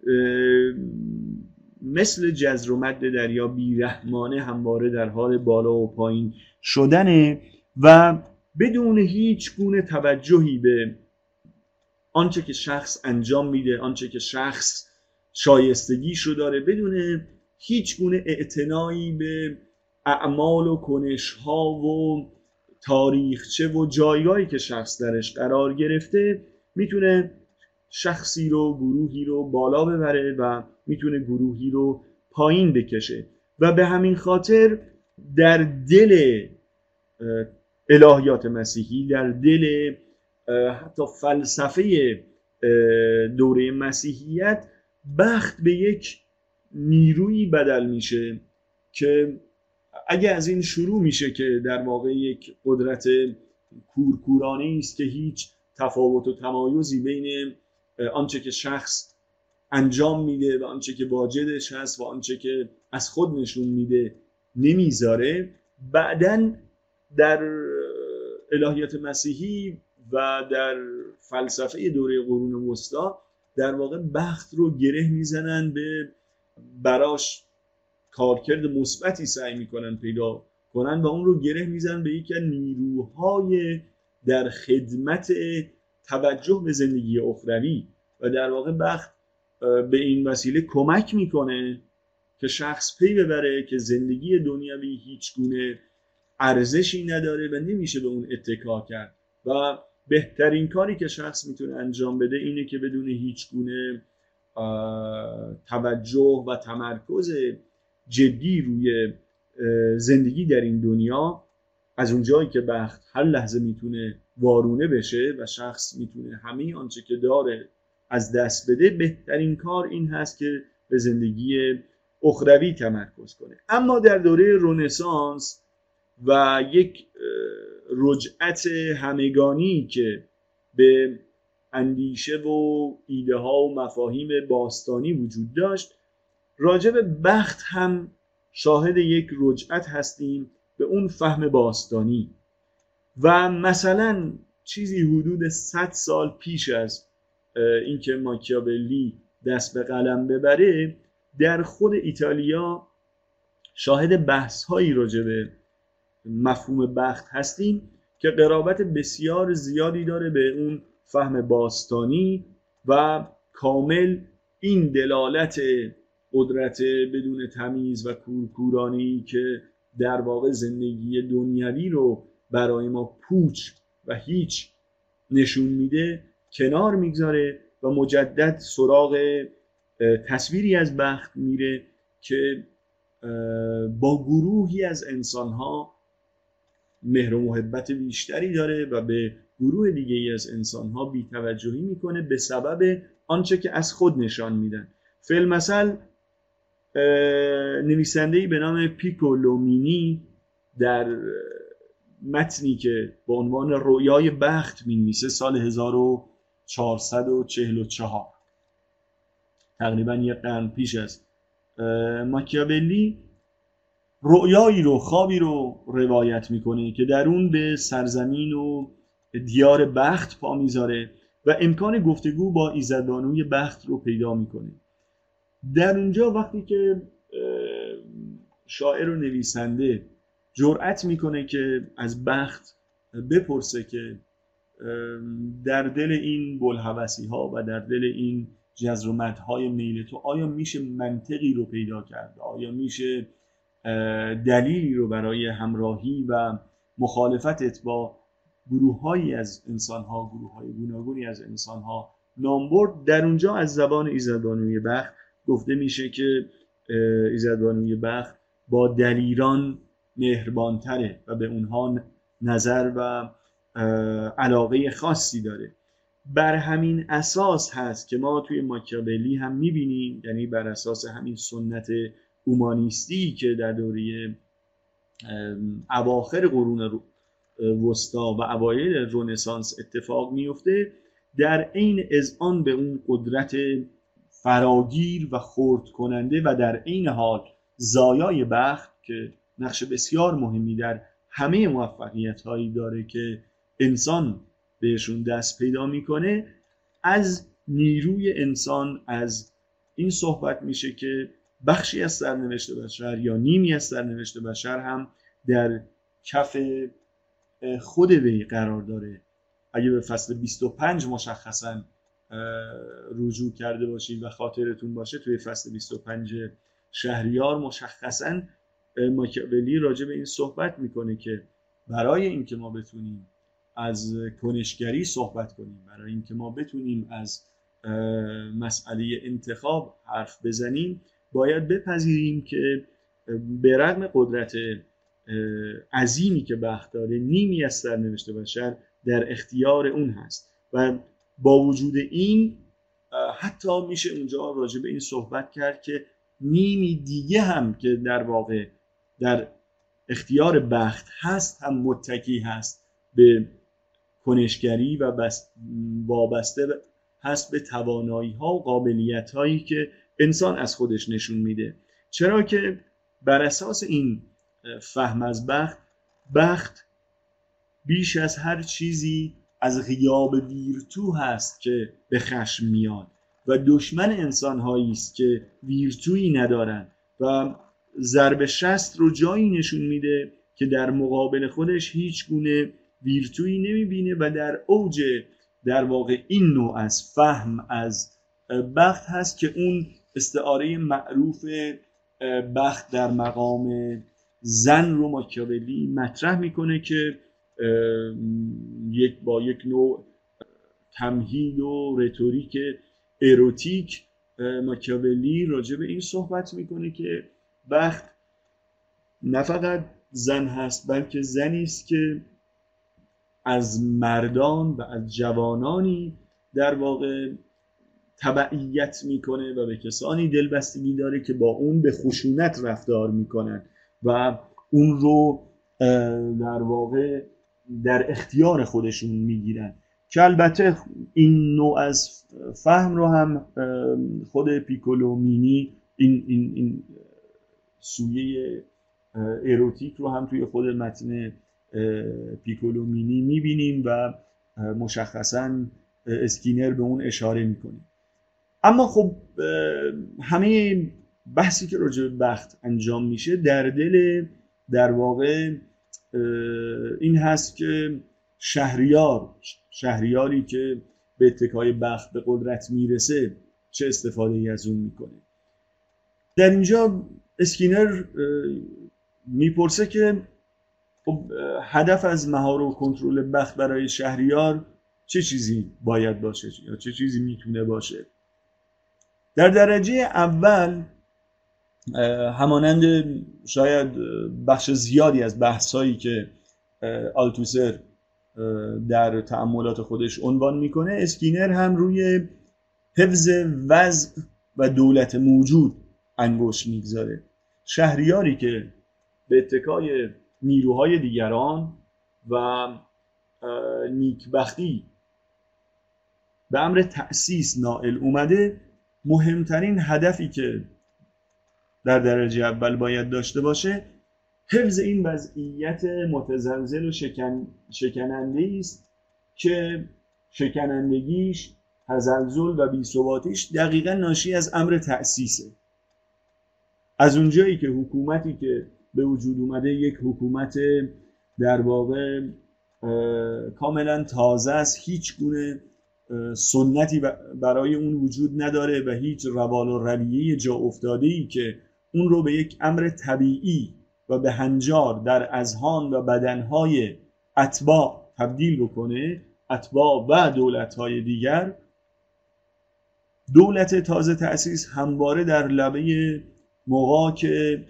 مثل جزر و مد دریا بیرحمانه همواره در حال بالا و پایین شدنه و بدون هیچ گونه توجهی به آنچه که شخص انجام میده، آنچه که شخص شایستگیش رو داره، بدون هیچ گونه اعتنایی به اعمال و کنش‌ها و تاریخچه و جایگاهی که شخص درش قرار گرفته، میتونه شخصی رو، گروهی رو بالا ببره و میتونه گروهی رو پایین بکشه. و به همین خاطر در دل الهیات مسیحی، در دل حتی فلسفه دوره مسیحیت، بخت به یک نیرویی بدل میشه که اگه از این شروع میشه که در واقع یک قدرت کورکورانه است که هیچ تفاوت و تمایزی بین آنچه که شخص انجام میده و آنچه که واجدش هست و آنچه که از خود نشون میده نمیذاره. بعدن در الهیات مسیحی و در فلسفه دوره قرون وسطا در واقع بخت رو گره میزنن، به براش کارکرد مثبتی سعی میکنن پیدا کنن و اون رو گره میزنن به یکی از نیروهای در خدمت توجه به زندگی اخروی و در واقع بخت به این وسیله کمک میکنه که شخص پی ببره که زندگی دنیوی هیچ گونه ارزشی نداره و نمیشه به اون اتکا کرد و بهترین کاری که شخص میتونه انجام بده اینه که بدون هیچ گونه توجه و تمرکز جدی روی زندگی در این دنیا، از اون جایی که بخت هر لحظه میتونه وارونه بشه و شخص میتونه همه آنچه که داره از دست بده، بهترین کار این هست که به زندگی اخروی تمرکز کنه. اما در دوره رنسانس و یک رجعت همگانی که به اندیشه و ایده ها و مفاهیم باستانی وجود داشت، راجع به بخت هم شاهد یک رجعت هستیم به اون فهم باستانی و مثلا چیزی حدود صد سال پیش از اینکه ماکیاولی دست به قلم ببره، در خود ایتالیا شاهد بحث هایی راجع به مفهوم بخت هستیم که قرابت بسیار زیادی داره به اون فهم باستانی و کامل این دلالت قدرت بدون تمیز و کورکورانی که در واقع زندگی دنیوی رو برای ما پوچ و هیچ نشون میده کنار میگذاره و مجدد سراغ تصویری از بخت میره که با گروهی از انسانها مهر و محبت بیشتری داره و به گروه دیگه ای از انسانها بی‌توجهی میکنه به سبب آنچه که از خود نشان میدن. فیلمثل نویسنده‌ای به نام پیکولومینی در متنی که با عنوان رویای بخت می‌نویسه سال هزار و چهارصد و چهل و چهار، تقریبا یک قرن پیش از ماکیاولی، رؤیایی رو، خوابی رو روایت میکنه که در اون به سرزمین و دیار بخت پا میذاره و امکان گفتگو با ایزدبانوی بخت رو پیدا میکنه. در اونجا وقتی که شاعر و نویسنده جرأت میکنه که از بخت بپرسه که در دل این بلهوسی ها و در دل این جزر و مدهای میل تو آیا میشه منطقی رو پیدا کرد؟ آیا میشه دلیلی رو برای همراهی و مخالفتت با گروه‌هایی از انسان‌ها، گروه‌های گوناگونی از انسان‌ها نام برد؟ در اونجا از زبان ایزدبانوی بخت گفته میشه که ایزدبانوی بخت با دلیران مهربان‌تره و به اونها نظر و علاقه خاصی داره. بر همین اساس هست که ما توی ماکیاولی هم میبینیم، یعنی بر اساس همین سنت اومانیستی که در دوره اواخر قرون وسطا و اوایل رنسانس اتفاق میفته، در عین اذعان به اون قدرت فراگیر و خرد کننده و در عین حال زایای بخت که نقش بسیار مهمی در همه موفقیت‌هایی داره که انسان بهشون دست پیدا میکنه، از نیروی انسان، از این صحبت میشه که بخشی از سرنوشت بشر یا نیمی از سرنوشت بشر هم در کف خود وی قرار داره. اگه به فصل بیست و پنج مشخصا رجوع کرده باشید و خاطرتون باشه، توی فصل بیست و پنج شهریار مشخصا ماکیاولی راجع به این صحبت میکنه که برای اینکه ما بتونیم از کنشگری صحبت کنیم، برای اینکه ما بتونیم از مسئله انتخاب حرف بزنیم، باید بپذیریم که به رغم قدرت عظیمی که بخت داره، نیمی از سرنوشت بشر در اختیار اون هست و با وجود این حتی میشه اونجا راجع به این صحبت کرد که نیمی دیگه هم که در واقع در اختیار بخت هست هم متکی هست به کنشگری و وابسته هست به توانایی ها و قابلیت هایی که انسان از خودش نشون میده. چرا که بر اساس این فهم از بخت، بخت بیش از هر چیزی از غیاب ویرتو هست که به خشم میاد و دشمن انسان هایی است که ویرتویی ندارن و ضرب شست رو جایی نشون میده که در مقابل خودش هیچ گونه ویرتویی نمیبینه و در اوج در واقع این نوع از فهم از بخت هست که اون استعاره معروف بخت در مقام زن رو ماکیاولی مطرح میکنه که یک با یک نوع تمهید و رتوریک اروتیک ماکیاولی راجع به این صحبت میکنه که بخت نه فقط زن هست بلکه زنی است که از مردان و از جوانانی در واقع تبعیت میکنه و به کسانی دلبستگی داره که با اون به خشونت رفتار میکنن و اون رو در واقع در اختیار خودشون میگیرن، که البته این نوع از فهم رو هم خود پیکولومینی این این این سویه اروتیک رو هم توی خود متن پیکولومینی میبینیم و مشخصاً اسکینر به اون اشاره میکنه. اما خب همه بحثی که راجع به بخت انجام میشه در دل در واقع این هست که شهریار شهریاری که به اتکای بخت به قدرت میرسه چه استفاده ای از اون میکنه. در اینجا اسکینر میپرسه که خب هدف از مهار و کنترل بخت برای شهریار چه چیزی باید باشه یا چه چیزی میتونه باشه. در درجه اول همانند شاید بخش زیادی از بحثایی که آلتوسر در تأملات خودش عنوان میکنه، اسکینر هم روی حفظ وضع و دولت موجود انگشت میگذاره. شهریاری که به اتکای نیروهای دیگران و نیکبختی به امر تأسیس نائل اومده، مهمترین هدفی که در درجه اول باید داشته باشه حفظ این وضعیت متزلزل و شکن شکننده است که شکنندگیش، تزلزل و بی‌ثباتیش دقیقاً ناشی از امر تأسیسه. از اونجایی که حکومتی که به وجود اومده یک حکومت در واقع کاملا تازه است، هیچ گونه سنتی برای اون وجود نداره و هیچ روال و رویه جا افتاده‌ای که اون رو به یک امر طبیعی و به هنجار در اذهان و بدنهای اتباع تبدیل بکنه، اتباع و دولت‌های دیگر. دولت تازه تأسیس همواره در لبه مغاک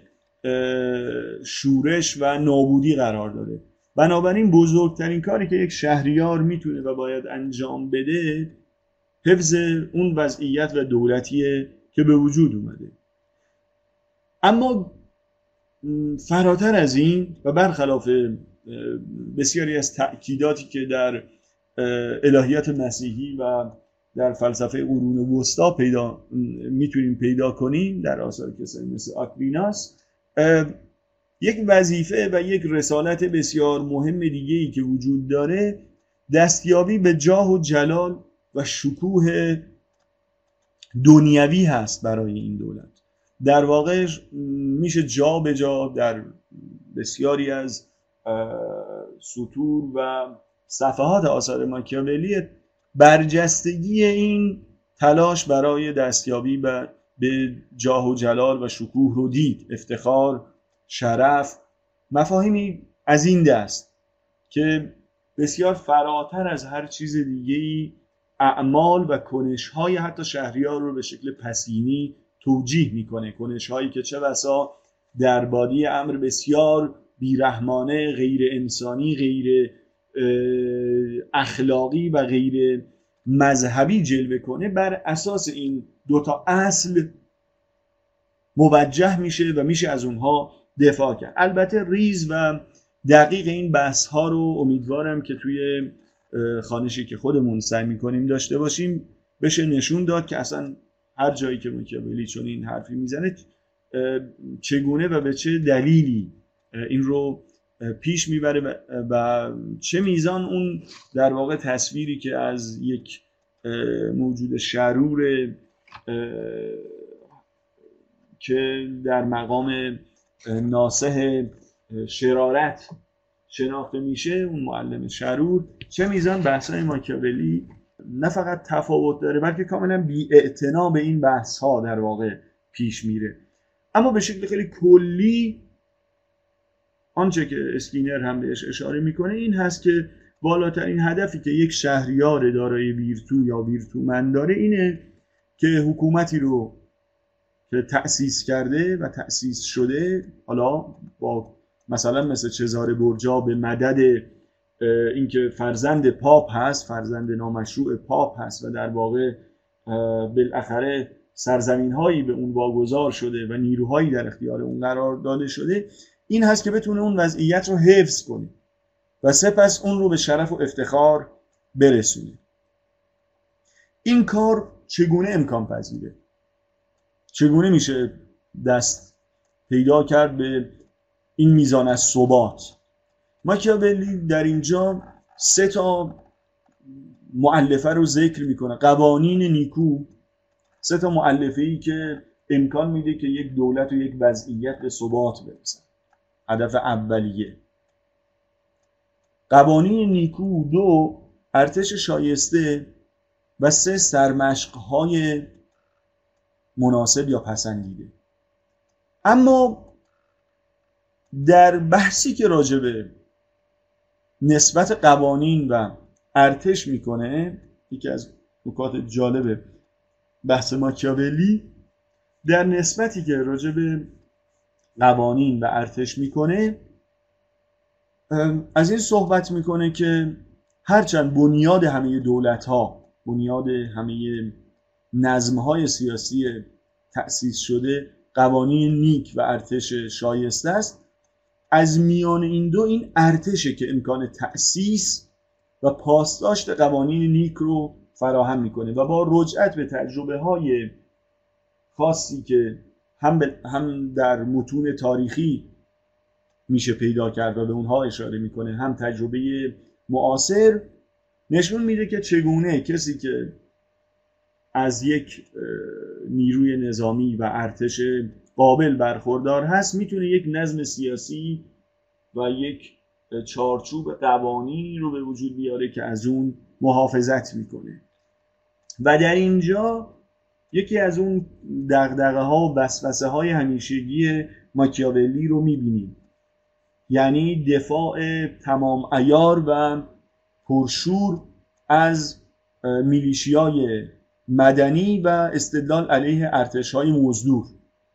شورش و نابودی قرار داره. بنابراین بزرگترین کاری که یک شهریار میتونه و باید انجام بده حفظ اون وضعیت و دولتیه که به وجود اومده. اما فراتر از این و برخلاف بسیاری از تأکیداتی که در الهیات مسیحی و در فلسفه قرون وسطا پیدا میتونیم پیدا کنیم در آثار کسانی مثل آکویناس، یک وظیفه و یک رسالت بسیار مهم دیگه‌ای که وجود داره دستیابی به جاه و جلال و شکوه دنیوی هست برای این دولت. در واقع میشه جا به جا در بسیاری از سطور و صفحات آثار ماکیاولی برجستگی این تلاش برای دستیابی به جاه و جلال و شکوه رو دید. افتخار، شرف، مفاهیمی از این دست که بسیار فراتر از هر چیز دیگه‌ای اعمال و کنش‌های حتی شهریار رو به شکل پسینی توجیه میکنه. کنش‌هایی که چه بسا در بادی امر بسیار بیرحمانه، غیر انسانی، غیر اخلاقی و غیر مذهبی جلوه کنه، بر اساس این دوتا اصل موجه میشه و میشه از اونها دفاع کرد. البته ریز و دقیق این بحث ها رو امیدوارم که توی خوانشی که خودمون سعی میکنیم داشته باشیم بشه نشون داد که اصلا هر جایی که ماکیاولی چون این حرفی میزنه چگونه و به چه دلیلی این رو پیش میبره و چه میزان اون در واقع تصویری که از یک موجود شرور که در مقام ناصح شرارت شناخته میشه، اون معلم شرور، چه میزان بحث‌های ماکیاولی نه فقط تفاوت داره بلکه کاملا بی‌اعتنا به این بحث‌ها در واقع پیش میره. اما به شکل خیلی کلی آنچه که اسکینر هم بهش اشاره میکنه این هست که بالاترین هدفی که یک شهریار دارای ویرتو یا ویرتومند داره اینه که حکومتی رو که تأسیس کرده و تأسیس شده، حالا با مثلا مثل چزاره بورجا به مدد اینکه فرزند پاپ هست، فرزند نامشروع پاپ هست و در واقع بالاخره سرزمین هایی به اون واگذار شده و نیروهایی در اختیار اون قرار داده شده، این هست که بتونه اون وضعیت رو حفظ کنه و سپس اون رو به شرف و افتخار برسونه. این کار چگونه امکان پذیره؟ چگونه میشه دست پیدا کرد به این میزان از ثبات؟ ماکیاولی در اینجا سه تا مؤلفه رو ذکر میکنه. قوانین نیکو، سه تا مؤلفه‌ای که امکان میده که یک دولت و یک وضعیت به ثبات برسه. هدف اولیه. قوانین نیکو، دو ارتش شایسته و سه سرمشق‌های مناسب یا پسندیده. اما در بحثی که راجع به نسبت قوانین و ارتش میکنه، یکی از نکات جالب بحث ماکیاولی در نسبتی که راجع به قوانین و ارتش میکنه از این صحبت میکنه که هرچند بنیاد همه دولت ها، بنیاد همه نظم های سیاسی تأسیس شده قوانین نیک و ارتش شایسته است، از میان این دو این ارتشه که امکان تأسیس و پاسداشت قوانین نیک رو فراهم میکنه و با رجعت به تجربه های خاصی که هم, هم در متون تاریخی میشه پیدا کرد و به اونها اشاره میکنه، هم تجربه معاصر، نشون میده که چگونه کسی که از یک نیروی نظامی و ارتش قابل برخوردار هست میتونه یک نظم سیاسی و یک چارچوب قوانینی رو به وجود بیاره که از اون محافظت میکنه. و در اینجا یکی از اون دغدغه ها و وسوسه های همیشگی ماکیاولی رو میبینیم، یعنی دفاع تمام عیار و پرشور از میلیشیای مدنی و استدلال علیه ارتش‌های مزدور.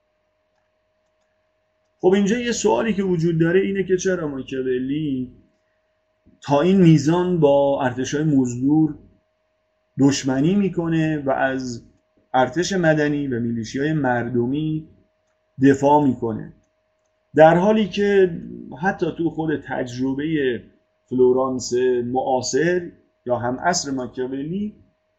خب اینجا یه سوالی که وجود داره اینه که چرا ماکیاولی تا این میزان با ارتش‌های مزدور دشمنی میکنه و از ارتش مدنی و میلیشیای مردمی دفاع میکنه، در حالی که حتی تو خود تجربه فلورانس معاصر یا هم عصر ماکیاولی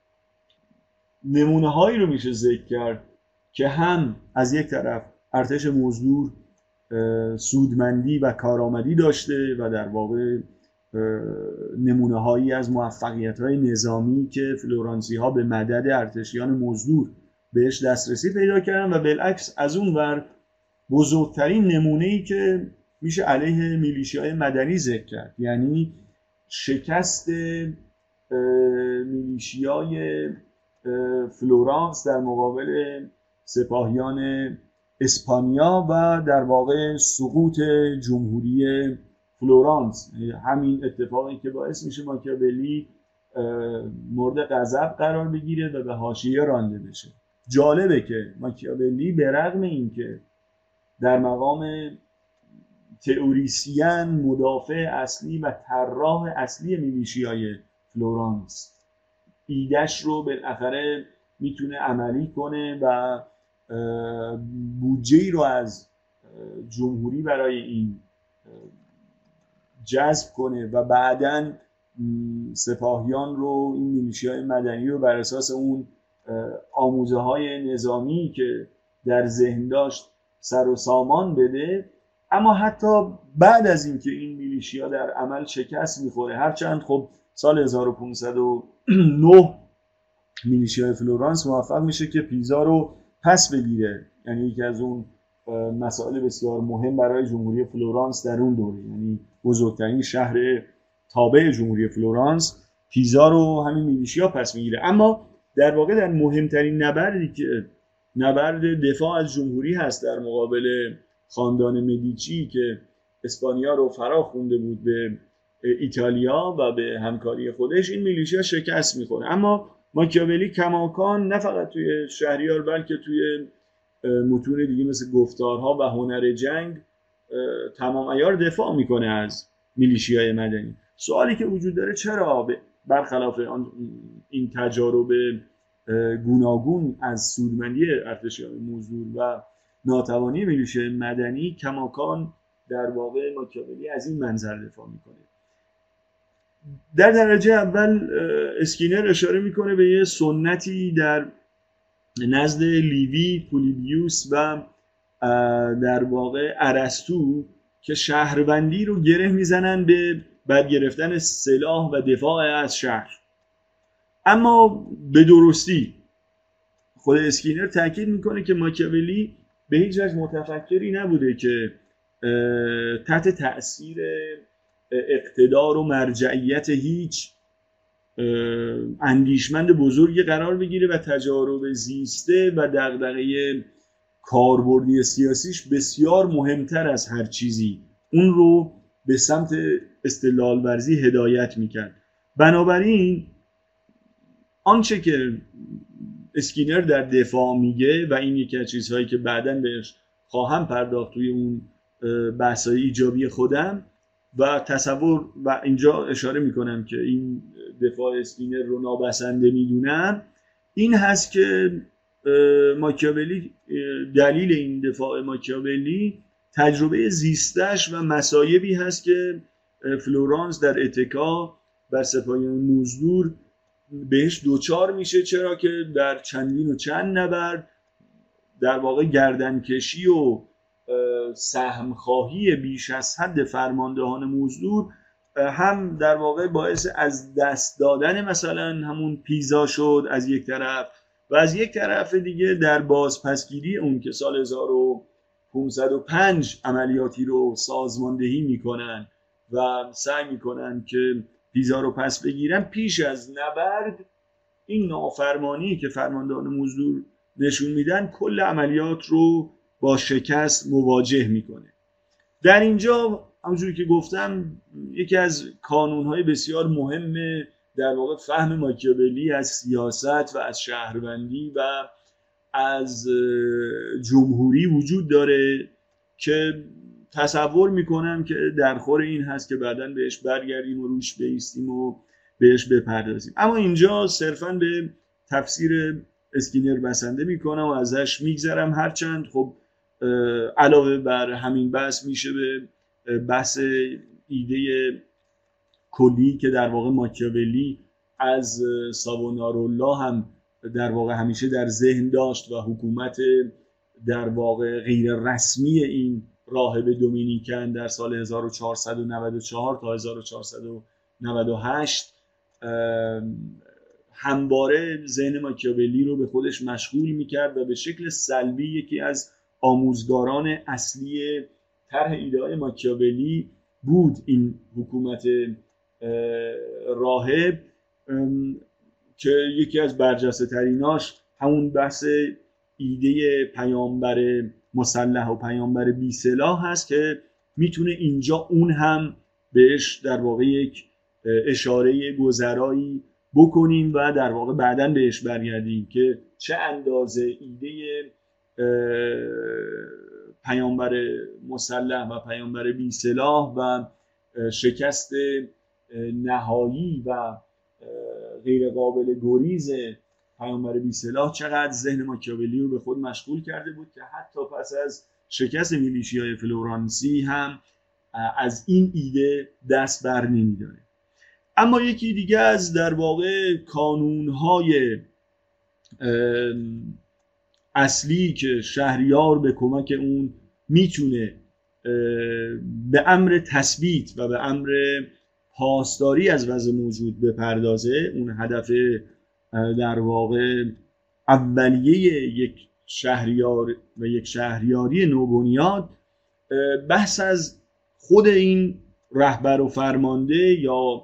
نمونه هایی رو میشه ذکر کرد که هم از یک طرف ارتش مزدور سودمندی و کارآمدی داشته و در واقع نمونه هایی از موفقیت های نظامی که فلورانسی ها به مدد ارتشیان مزدور بهش دسترسی پیدا کردن، و بالعکس از اون ور بزرگترین نمونه‌ای که میشه علیه میلیشیای مدنی ذکر کرد، یعنی شکست میلیشیای فلورانس در مقابل سپاهیان اسپانیا و در واقع سقوط جمهوری فلورانس. همین اتفاقی که باعث میشه ماکیاولی مورد غضب قرار بگیره و به حاشیه رانده بشه. جالبه که ماکیاولی به رغم اینکه در مقام تئوریسین، مدافع اصلی و طراح اصلی میلیشیای فلورانس ایدهش رو بالاخره میتونه عملی کنه و بودجه‌ای رو از جمهوری برای این جذب کنه و بعداً سپاهیان رو، این میلیشیای مدنی رو بر اساس اون آموزه های نظامی که در ذهن داشت سر و سامان بده. اما حتی بعد از اینکه این میلیشیا در عمل شکست میخوره، هرچند خب سال هزار و پانصد و نه میلیشیای فلورانس موفق میشه که پیزا رو پس بگیره، یعنی یکی از اون مسائل بسیار مهم برای جمهوری فلورانس در اون دوره، یعنی بزرگترین شهر تابع جمهوری فلورانس پیزا رو همین میلیشیا پس میگیره. اما در واقع در مهمترین نبردی که نبرد دفاع از جمهوری هست در مقابل خاندان مدیچی که اسپانیا رو فرا خونده بود به ایتالیا و به همکاری خودش، این میلیشیا شکست میخوره. اما ماکیاولی کماکان نه فقط توی شهریار بلکه توی متون دیگه مثل گفتارها و هنر جنگ تمام عیار دفاع میکنه از میلیشیای مدنی. سوالی که وجود داره چرا برخلاف این تجارب گوناگون از سودمندی ارتشیان مزدور و ناتوانی میلیشیای مدنی، کماکان در واقع ماکیاولی از این منظر دفاع میکنه؟ در درجه اول اسکینر اشاره میکنه به یه سنتی در نزد لیوی، پولیبیوس و در واقع ارسطو که شهروندی رو گره میزنن به برگرفتن سلاح و دفاع از شهر. اما به درستی خود اسکینر تاکید میکنه که ماکیاولی به هیچ وجه متفکری نبوده که تحت تأثیر اقتدار و مرجعیت هیچ اندیشمند بزرگی قرار بگیره و تجارب زیسته و دغدغه کاربردی سیاسیش بسیار مهمتر از هر چیزی اون رو به سمت استدلال ورزی هدایت میکرد. بنابراین آنچه که اسکینر در دفاع میگه و این یکی از چیزهایی که بعداً بهش خواهم پرداخت توی اون بحث‌های ایجابی خودم و تصور، و اینجا اشاره میکنم که این دفاع اسکینر رو نابسنده میدونم، این هست که ماکیاولی، دلیل این دفاع ماکیاولی تجربه زیستش و مصایبی هست که فلورانس در اتکا بر سپاهیان مزدور بهش دوچار میشه، چرا که در چندین و چند نبرد در واقع گردنکشی و سهمخواهی بیش از حد فرماندهان مزدور هم در واقع باعث از دست دادن مثلا همون پیزا شد از یک طرف، و از یک طرف دیگه در بازپسگیری اون که سال هزار و پانصد و پنج عملیاتی رو سازماندهی میکنن و سعی میکنن که پیزا رو پس بگیرن، پیش از نبرد این نافرمانی که فرماندهان مزدور نشون میدن کل عملیات رو با شکست مواجه میکنه. در اینجا همونجوری که گفتم یکی از کانونهای بسیار مهم در واقع فهم ماکیاولی از سیاست و از شهروندی و از جمهوری وجود داره که تصور میکنم که در خور این هست که بعداً بهش برگردیم و روش بایستیم و بهش بپردازیم. اما اینجا صرفاً به تفسیر اسکینر بسنده میکنم و ازش میگذرم، هرچند خب علاوه بر همین بحث میشه به بحث ایده کلی که در واقع ماکیاولی از ساوونارولا هم در واقع همیشه در ذهن داشت و حکومت در واقع غیر رسمی این راهب دومینیکن در سال هزار و چهارصد و نود و چهار تا هزار و چهارصد و نود و هشت همواره ذهن ماکیاولی رو به خودش مشغول میکرد و به شکل سلبی یکی از آموزگاران اصلی طرح ایده ماکیاولی بود این حکومت راهب، که یکی از برجسته تریناش همون بحث ایده پیامبر مسلح و پیامبر بی سلاح هست که میتونه اینجا اون هم بهش در واقع یک اشاره گذرایی بکنیم و در واقع بعداً بهش برگردیم که چه اندازه ایده پیامبر مسلح و پیامبر بی سلاح و شکست نهایی و غیر قابل گریز پیامبر بی سلاح چقدر ذهن ماکیاولی رو به خود مشغول کرده بود که حتی پس از شکست میلیشیای فلورانسی هم از این ایده دست بر نمی‌داره. اما یکی دیگه از در واقع کانونهای اصلی که شهریار به کمک اون میتونه به امر تثبیت و به امر پاسداری از وضع موجود بپردازه، اون هدف در واقع اولیه یک شهریار و یک شهریاری نوبنیاد، بحث از خود این رهبر و فرمانده یا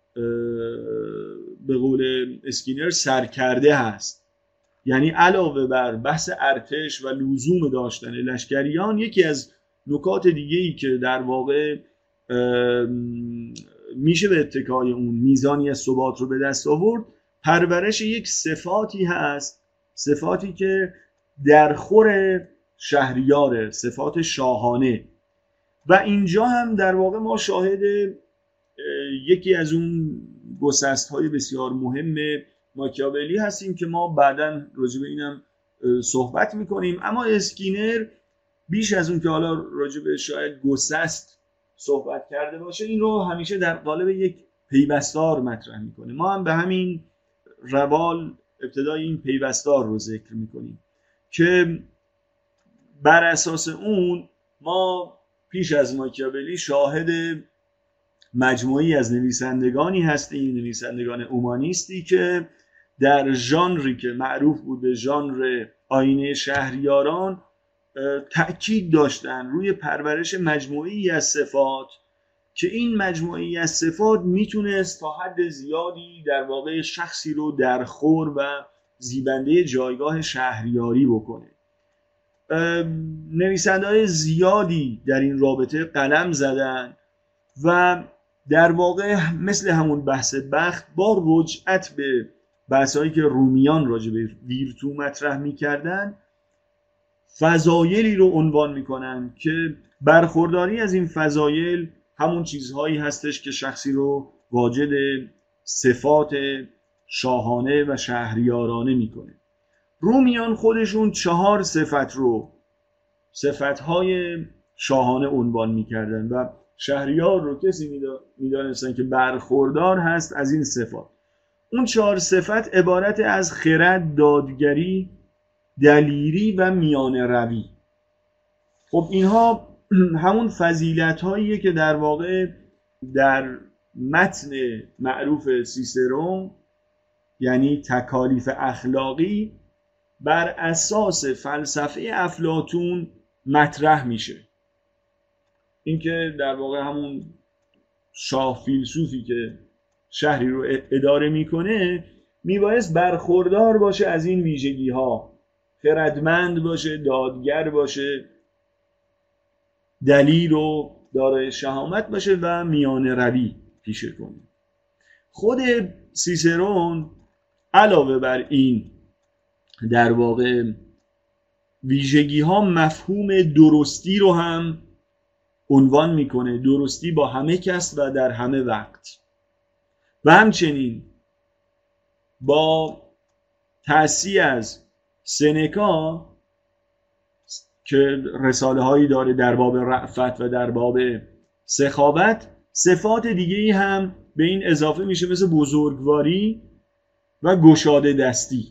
به قول اسکینر سرکرده هست. یعنی علاوه بر بحث ارتش و لزوم داشتن لشکریان، یکی از نکات دیگه‌ای که در واقع میشه به اتکای اون میزانی از ثبات رو به دست آورد، پرورش یک صفاتی هست، صفاتی که در خور شهریاره، صفات شاهانه. و اینجا هم در واقع ما شاهد یکی از اون گسست‌های بسیار مهم ماکیاولی هستیم که ما بعداً راجع به اینم صحبت میکنیم. اما اسکینر بیش از اون که حالا راجع به شاید گسست صحبت کرده باشه، این رو همیشه در قالب یک پیوستار مطرح میکنه. ما هم به همین روال ابتدای این پیوستار رو ذکر میکنیم که بر اساس اون ما پیش از ماکیاولی شاهد مجموعی از نویسندگانی هستیم، نویسندگان اومانیستی که در ژانری که معروف بود به ژانر آینه شهریاران تأکید داشتن روی پرورش مجموعی از صفات که این مجموعی از صفات میتونست تا حد زیادی در واقع شخصی رو در خور و زیبنده جایگاه شهریاری بکنه. نویسنده‌های زیادی در این رابطه قلم زدن و در واقع مثل همون بحث بخت با رجعت به بحثایی که رومیان راجع به ویرتو مطرح می‌کردن، فضایلی رو عنوان می‌کنن که برخورداری از این فضایل همون چیزهایی هستش که شخصی رو واجد صفات شاهانه و شهریارانه می‌کنه. رومیان خودشون چهار صفت رو صفت‌های شاهانه عنوان می‌کردن و شهریار رو کسی می‌دانستن که برخوردار هست از این صفات. اون چهار صفت عبارت از خرد، دادگری، دلیری و میانه روی. خب اینها همون فضیلت‌هاییه که در واقع در متن معروف سیسرون، یعنی تکالیف اخلاقی، بر اساس فلسفه افلاطون مطرح میشه. این که در واقع همون شاه فیلسوفی که شهری رو اداره میکنه میبایست برخوردار باشه از این ویژگی ها، خردمند باشه، دادگر باشه، دلیر و دارای شهامت باشه و میانه روی پیشه کنه. خود سیسرون علاوه بر این در واقع ویژگی ها مفهوم درستی رو هم عنوان میکنه، درستی با همه کس و در همه وقت. و همچنین با تأثیر از سنکا که رساله هایی داره در باب رأفت و در باب سخاوت، صفات دیگه‌ای هم به این اضافه میشه مثل بزرگواری و گشاده دستی.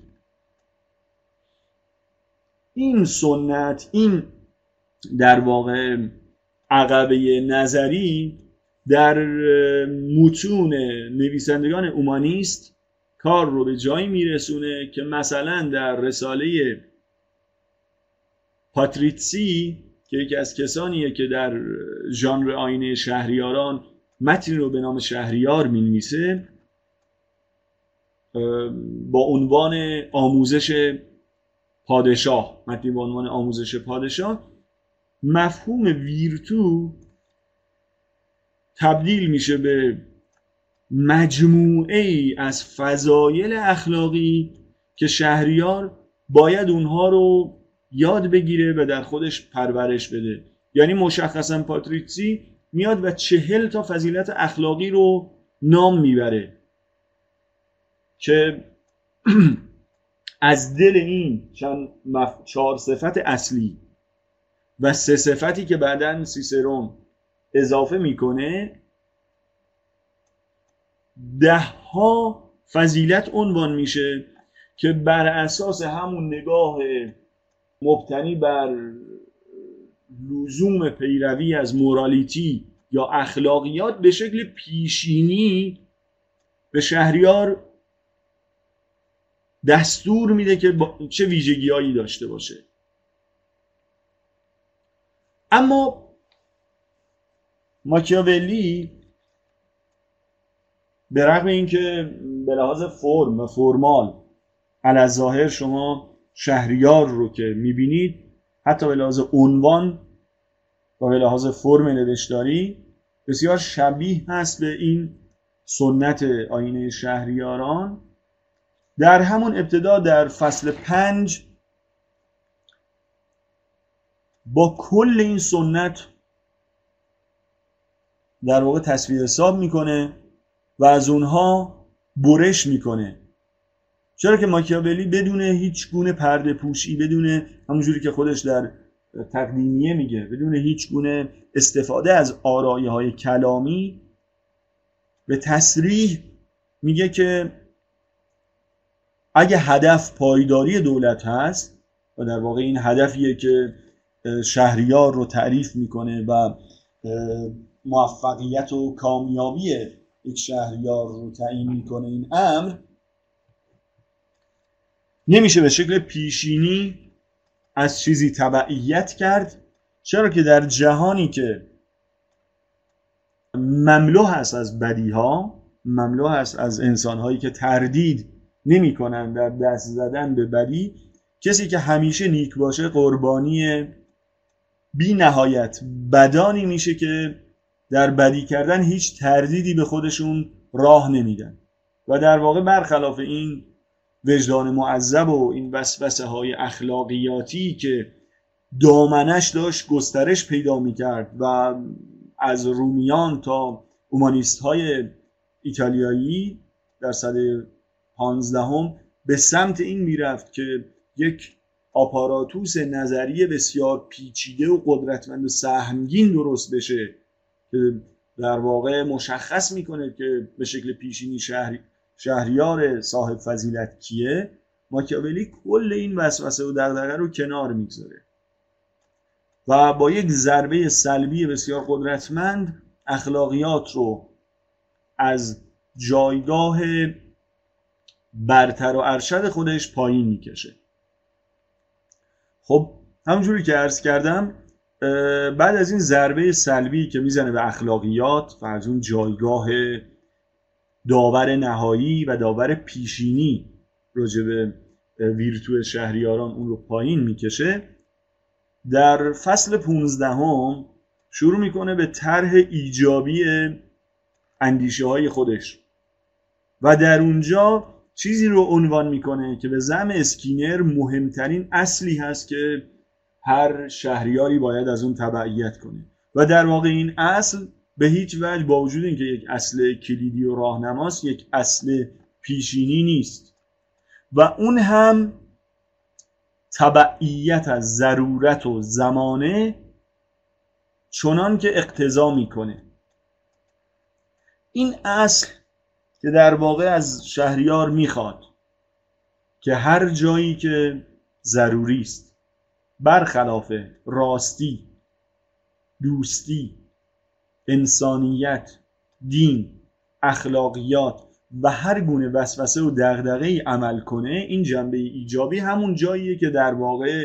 این سنت، این در واقع عقبه نظری در متون نویسندگان اومانیست کار رو به جایی میرسونه که مثلا در رساله پاتریتسی که یکی از کسانیه که در ژانر آینه شهریاران متن رو به نام شهریار می‌نویسه، با عنوان آموزش پادشاه، متنی با عنوان آموزش پادشاه، مفهوم ویرتو تبدیل میشه به مجموعه ای از فضایل اخلاقی که شهریار باید اونها رو یاد بگیره و در خودش پرورش بده. یعنی مشخصا پاتریسی میاد و چهل تا فضیلت اخلاقی رو نام میبره که از دل این چند مف... چهار صفت اصلی و سه صفتی که بعداً سیسرون اضافه میکنه ده ها فضیلت عنوان میشه که بر اساس همون نگاه مبتنی بر لزوم پیروی از مورالیتی یا اخلاقیات به شکل پیشینی به شهریار دستور میده که چه ویژگی‌هایی داشته باشه. اما ماکیاولی به رغم اینکه به لحاظ فرم و فرمال علی‌الظاهر شما شهریار رو که میبینید حتی به لحاظ عنوان و به لحاظ فرم نوشتاری بسیار شبیه هست به این سنت آیین شهریاران، در همون ابتدا در فصل پنج با کل این سنت در واقع تصویر حساب میکنه و از اونها برش میکنه. چرا که ماکیاولی بدون هیچ گونه پرده پوشی، بدون همونجوری که خودش در تقدیمیه میگه، بدون هیچ گونه استفاده از آرایه های کلامی، به تصریح میگه که اگه هدف پایداری دولت هست و در واقع این هدفیه که شهریار رو تعریف میکنه و موفقیت و کامیابی یک شهریار رو تعیین میکنه، این امر نمیشه به شکل پیشینی از چیزی تبعیت کرد. چرا که در جهانی که مملو هست از بدیها، مملو هست از انسانهایی که تردید نمی کنن در دست زدن به بدی، کسی که همیشه نیک باشه قربانی بی نهایت بدانی میشه که در بدی کردن هیچ تردیدی به خودشون راه نمیدن و در واقع برخلاف این وجدان معذب و این وسوسه های اخلاقیاتی که دامنش داشت گسترش پیدا میکرد و از رومیان تا اومانیست های ایتالیایی در سده پانزدهم به سمت این میرفت که یک آپاراتوس نظری بسیار پیچیده و قدرتمند و سهمگین درست بشه که در واقع مشخص میکنه که به شکل پیشینی شهری شهریار صاحب فضیلت کیه. ماکیاولی کل این وسوسه و دغدغه رو کنار میگذاره و با یک ضربه سلبی بسیار قدرتمند اخلاقیات رو از جایگاه برتر و ارشد خودش پایین میکشه. خب همونجوری که عرض کردم، بعد از این ضربه سلبی که میزنه به اخلاقیات و از اون جایگاه داور نهایی و داور پیشینی راجع به ویرتو شهریاران اون رو پایین میکشه، در فصل پونزدهم شروع میکنه به طرح ایجابی اندیشه های خودش و در اونجا چیزی رو عنوان میکنه که به زعم اسکینر مهمترین اصلی هست که هر شهریاری باید از اون تبعیت کنه و در واقع این اصل به هیچ وجه با وجود اینکه یک اصل کلیدی و راهنماست یک اصل پیشینی نیست و اون هم تبعیت از ضرورت و زمانه چنان که اقتضا میکنه. این اصل که در واقع از شهریار میخواد که هر جایی که ضروری است برخلاف راستی، دوستی، انسانیت، دین، اخلاقیات و هر گونه وسوسه و دغدغه‌ای عمل کنه، این جنبه ایجابی همون جاییه که در واقع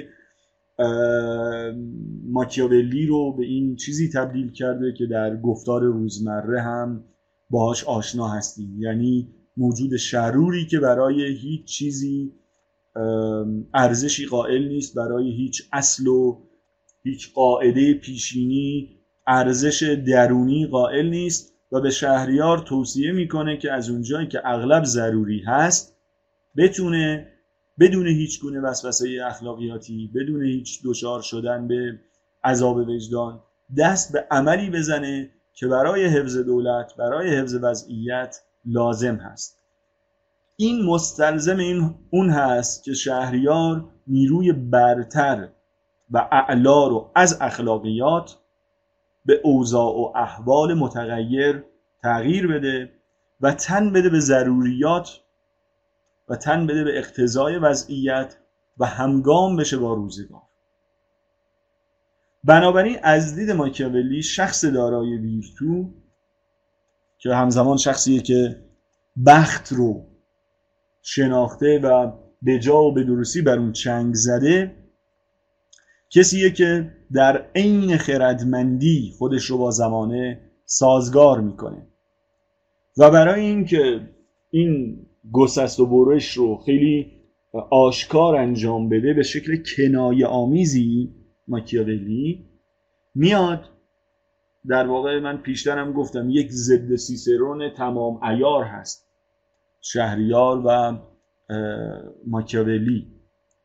ماکیاولی رو به این چیزی تبدیل کرده که در گفتار روزمره هم باهاش آشنا هستیم، یعنی موجود شروری که برای هیچ چیزی ارزشی قائل نیست، برای هیچ اصل و هیچ قاعده پیشینی ارزش درونی قائل نیست و به شهریار توصیه میکنه که از اونجایی که اغلب ضروری هست بتونه بدون هیچ گونه وسوسه اخلاقیاتی، بدون هیچ دچار شدن به عذاب وجدان، دست به عملی بزنه که برای حفظ دولت، برای حفظ وضعیت لازم هست. این مستلزم این اون هست که شهریار نیروی برتر و اعلا رو از اخلاقیات به اوضاع و احوال متغیر تغییر بده و تن بده به ضروریات و تن بده به اقتضای وضعیت و همگام بشه با روزگار. بنابراین از دید ماکیاولی شخص دارای ویرتو که همزمان شخصیه که بخت رو شناخته و به جا و به درستی بر اون چنگ زده، کسیه که در عین خردمندی خودش رو با زمانه سازگار میکنه و برای اینکه این گسست و برش رو خیلی آشکار انجام بده به شکل کنایه آمیزی ماکیاولی میاد، در واقع من پیشترم گفتم یک ضد سیسرون تمام عیار هست شهریار و ماکیاولی،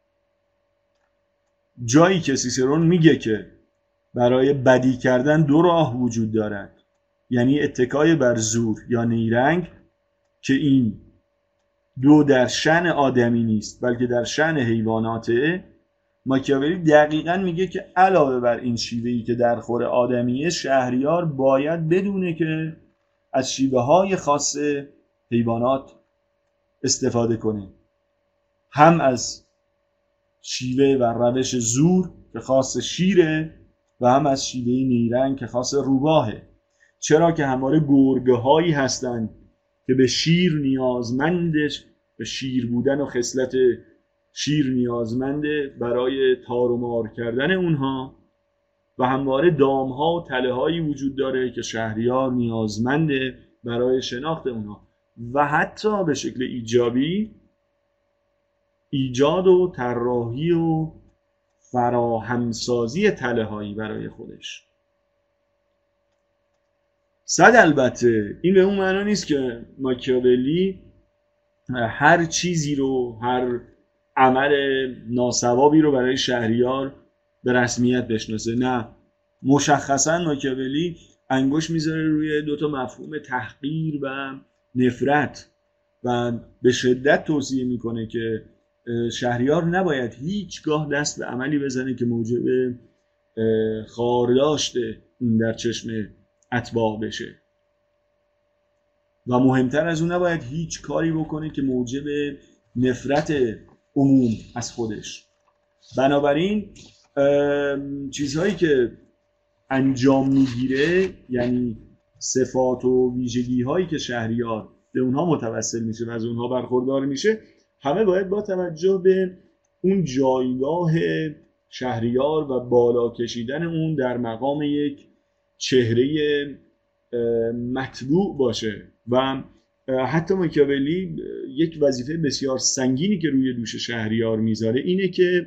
جایی که سیسرون میگه که برای بدی کردن دو راه وجود دارد، یعنی اتکای بر زور یا نیرنگ، که این دو در شأن آدمی نیست بلکه در شأن حیواناته. ماکیاولی دقیقاً میگه که علاوه بر این شیوهی که در خور آدمیه، شهریار باید بدونه که از شیوه های خاص حیوانات استفاده کنه، هم از شیوه و روش زور که خاص شیره و هم از شیوه نیرنگ که خاص روباهه، چرا که همواره گرگه هایی هستن که به شیر نیازمندش، به شیر بودن و خصلت شیر نیازمنده برای تار و مار کردن اونها، و همواره دام ها و تله هایی وجود داره که شهریار نیازمنده برای شناخت اونها و حتی به شکل ایجابی ایجاد و طراحی و فراهمسازی تله هایی برای خودش. صد البته این به اون معنا نیست که ماکیاولی هر چیزی رو، هر عمل ناسوابی رو برای شهریار به رسمیت بشناسه. نه، مشخصا ماکیاولی انگوش میذاره روی دوتا مفهوم تحقیر و نفرت و به شدت توصیه میکنه که شهریار نباید هیچگاه دست به عملی بزنه که موجب خارداشت اون در چشم اتباع بشه و مهمتر از اون نباید هیچ کاری بکنه که موجب نفرت عموم از خودش. بنابراین چیزهایی که انجام میگیره، یعنی صفات و ویژگی هایی که شهریار به اونها متوسل میشه و از اونها برخوردار میشه، همه باید با توجه به اون جایگاه شهریار و بالا کشیدن اون در مقام یک چهره مطبوع باشه. و حتی ماکیاولی یک وظیفه بسیار سنگینی که روی دوش شهریار میذاره اینه که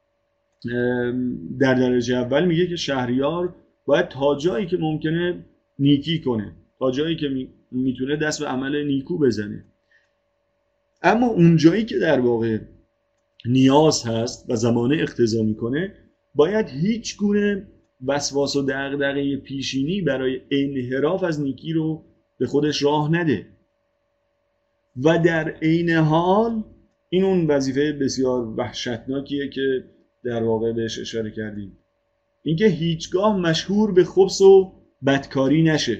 در درجه اول میگه که شهریار باید تا جایی که ممکنه نیکی کنه، تا جایی که میتونه دست به عمل نیکو بزنه، اما اون جایی که در واقع نیاز هست و زمانه اقتضا میکنه باید هیچ گونه وسواس و دغدغه پیشینی برای انحراف از نیکی رو به خودش راه نده. و در عین حال این اون وظیفه بسیار وحشتناکیه که در واقع بهش اشاره کردیم، اینکه هیچگاه مشهور به خبث و بدکاری نشه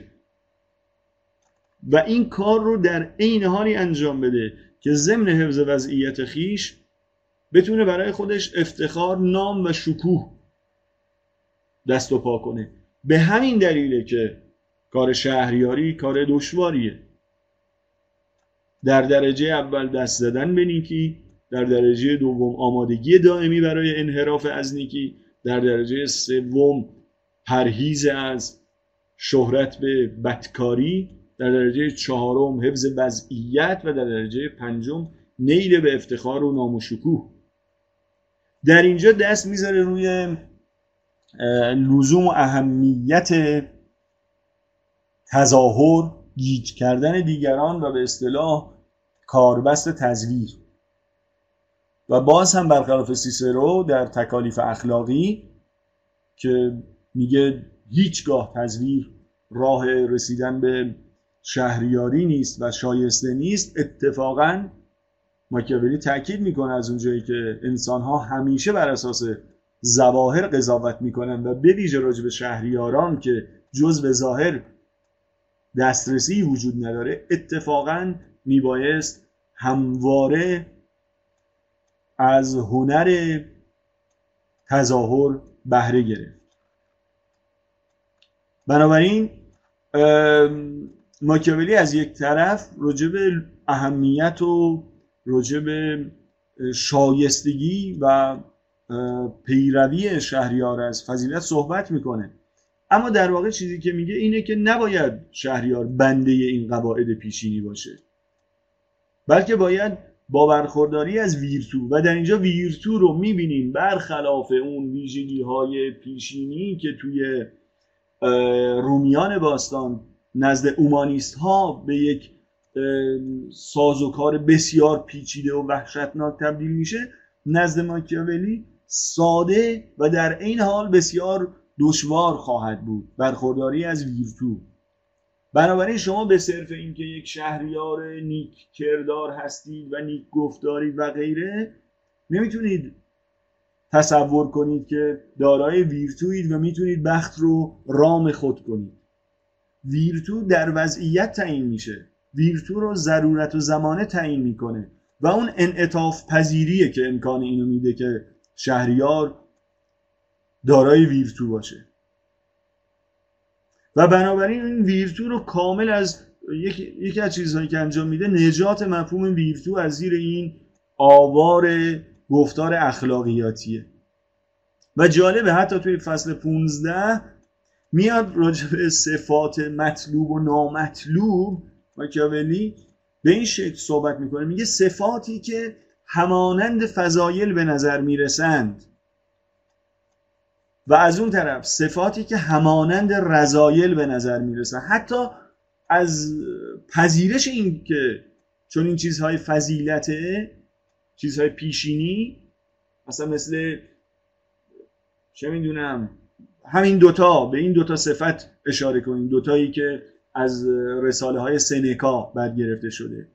و این کار رو در عین حالی انجام بده که ضمن حفظ وضعیت خیش بتونه برای خودش افتخار، نام و شکوه دست و پا کنه. به همین دلیله که کار شهریاری کار دشواریه. در درجه اول دست زدن به نیکی، در درجه دوم آمادگی دائمی برای انحراف از نیکی، در درجه سوم پرهیز از شهرت به بدکاری، در درجه چهارم حفظ وضعیت و در درجه پنجم نیل به افتخار و نام و شکوه. در اینجا دست میذاره روی لزوم و اهمیت تظاهر، گیج کردن دیگران و به اصطلاح کاربست تزویر. و باز هم برخلاف سیسرو در تکالیف اخلاقی که میگه هیچگاه تزویر راه رسیدن به شهریاری نیست و شایسته نیست، اتفاقاً ماکیاولی تاکید میکنه از اونجایی که انسان‌ها همیشه بر اساس ظواهر قضاوت میکنن و به ویژه راجع به شهریاران که جزء ظاهر دسترسی وجود نداره، اتفاقاً میبایست همواره از هنر تظاهر بهره گرفت. بنابراین ماکیاولی از یک طرف راجع به اهمیت و راجع به شایستگی و پیروی شهریار از فضیلت صحبت میکنه، اما در واقع چیزی که میگه اینه که نباید شهریار بنده این قواعد پیشینی باشه، بلکه باید با برخورداری از ویرتو، و در اینجا ویرتو رو میبینیم برخلاف اون ویژگی های پیشینی که توی رومیان باستان نزد اومانیست ها به یک سازوکار بسیار پیچیده و وحشتناک تبدیل میشه، نزد ماکیاولی ساده و در این حال بسیار دشوار خواهد بود برخورداری از ویرتو. بنابراین شما به صرف اینکه یک شهریار نیک کردار هستید و نیک گفتاری و غیره نمیتونید تصور کنید که دارای ویرتویید و میتونید بخت رو رام خود کنید. ویرتو در وضعیت تعیین میشه، ویرتو رو ضرورت و زمانه تعیین میکنه و اون انعطاف پذیریه که امکان اینو میده که شهریار دارای ویرتو باشه. و بنابراین این ویرتو رو کامل از یکی, یکی از چیزهایی که انجام میده نجات مفهوم ویرتو از زیر این آوار گفتار اخلاقیاتیه. و جالبه حتی توی فصل پونزده میاد راجع به صفات مطلوب و نامطلوب ماکیاولی به این شکل صحبت میکنه، میگه صفاتی که همانند فضایل به نظر میرسند و از اون طرف صفاتی که همانند رذایل به نظر میرسند، حتی از پذیرش این که چون این چیزهای فضیلته، چیزهای پیشینی، مثلا مثل چه میدونم همین دوتا، به این دوتا صفت اشاره کنیم، دوتایی که از رساله های سنکا برگرفته شده،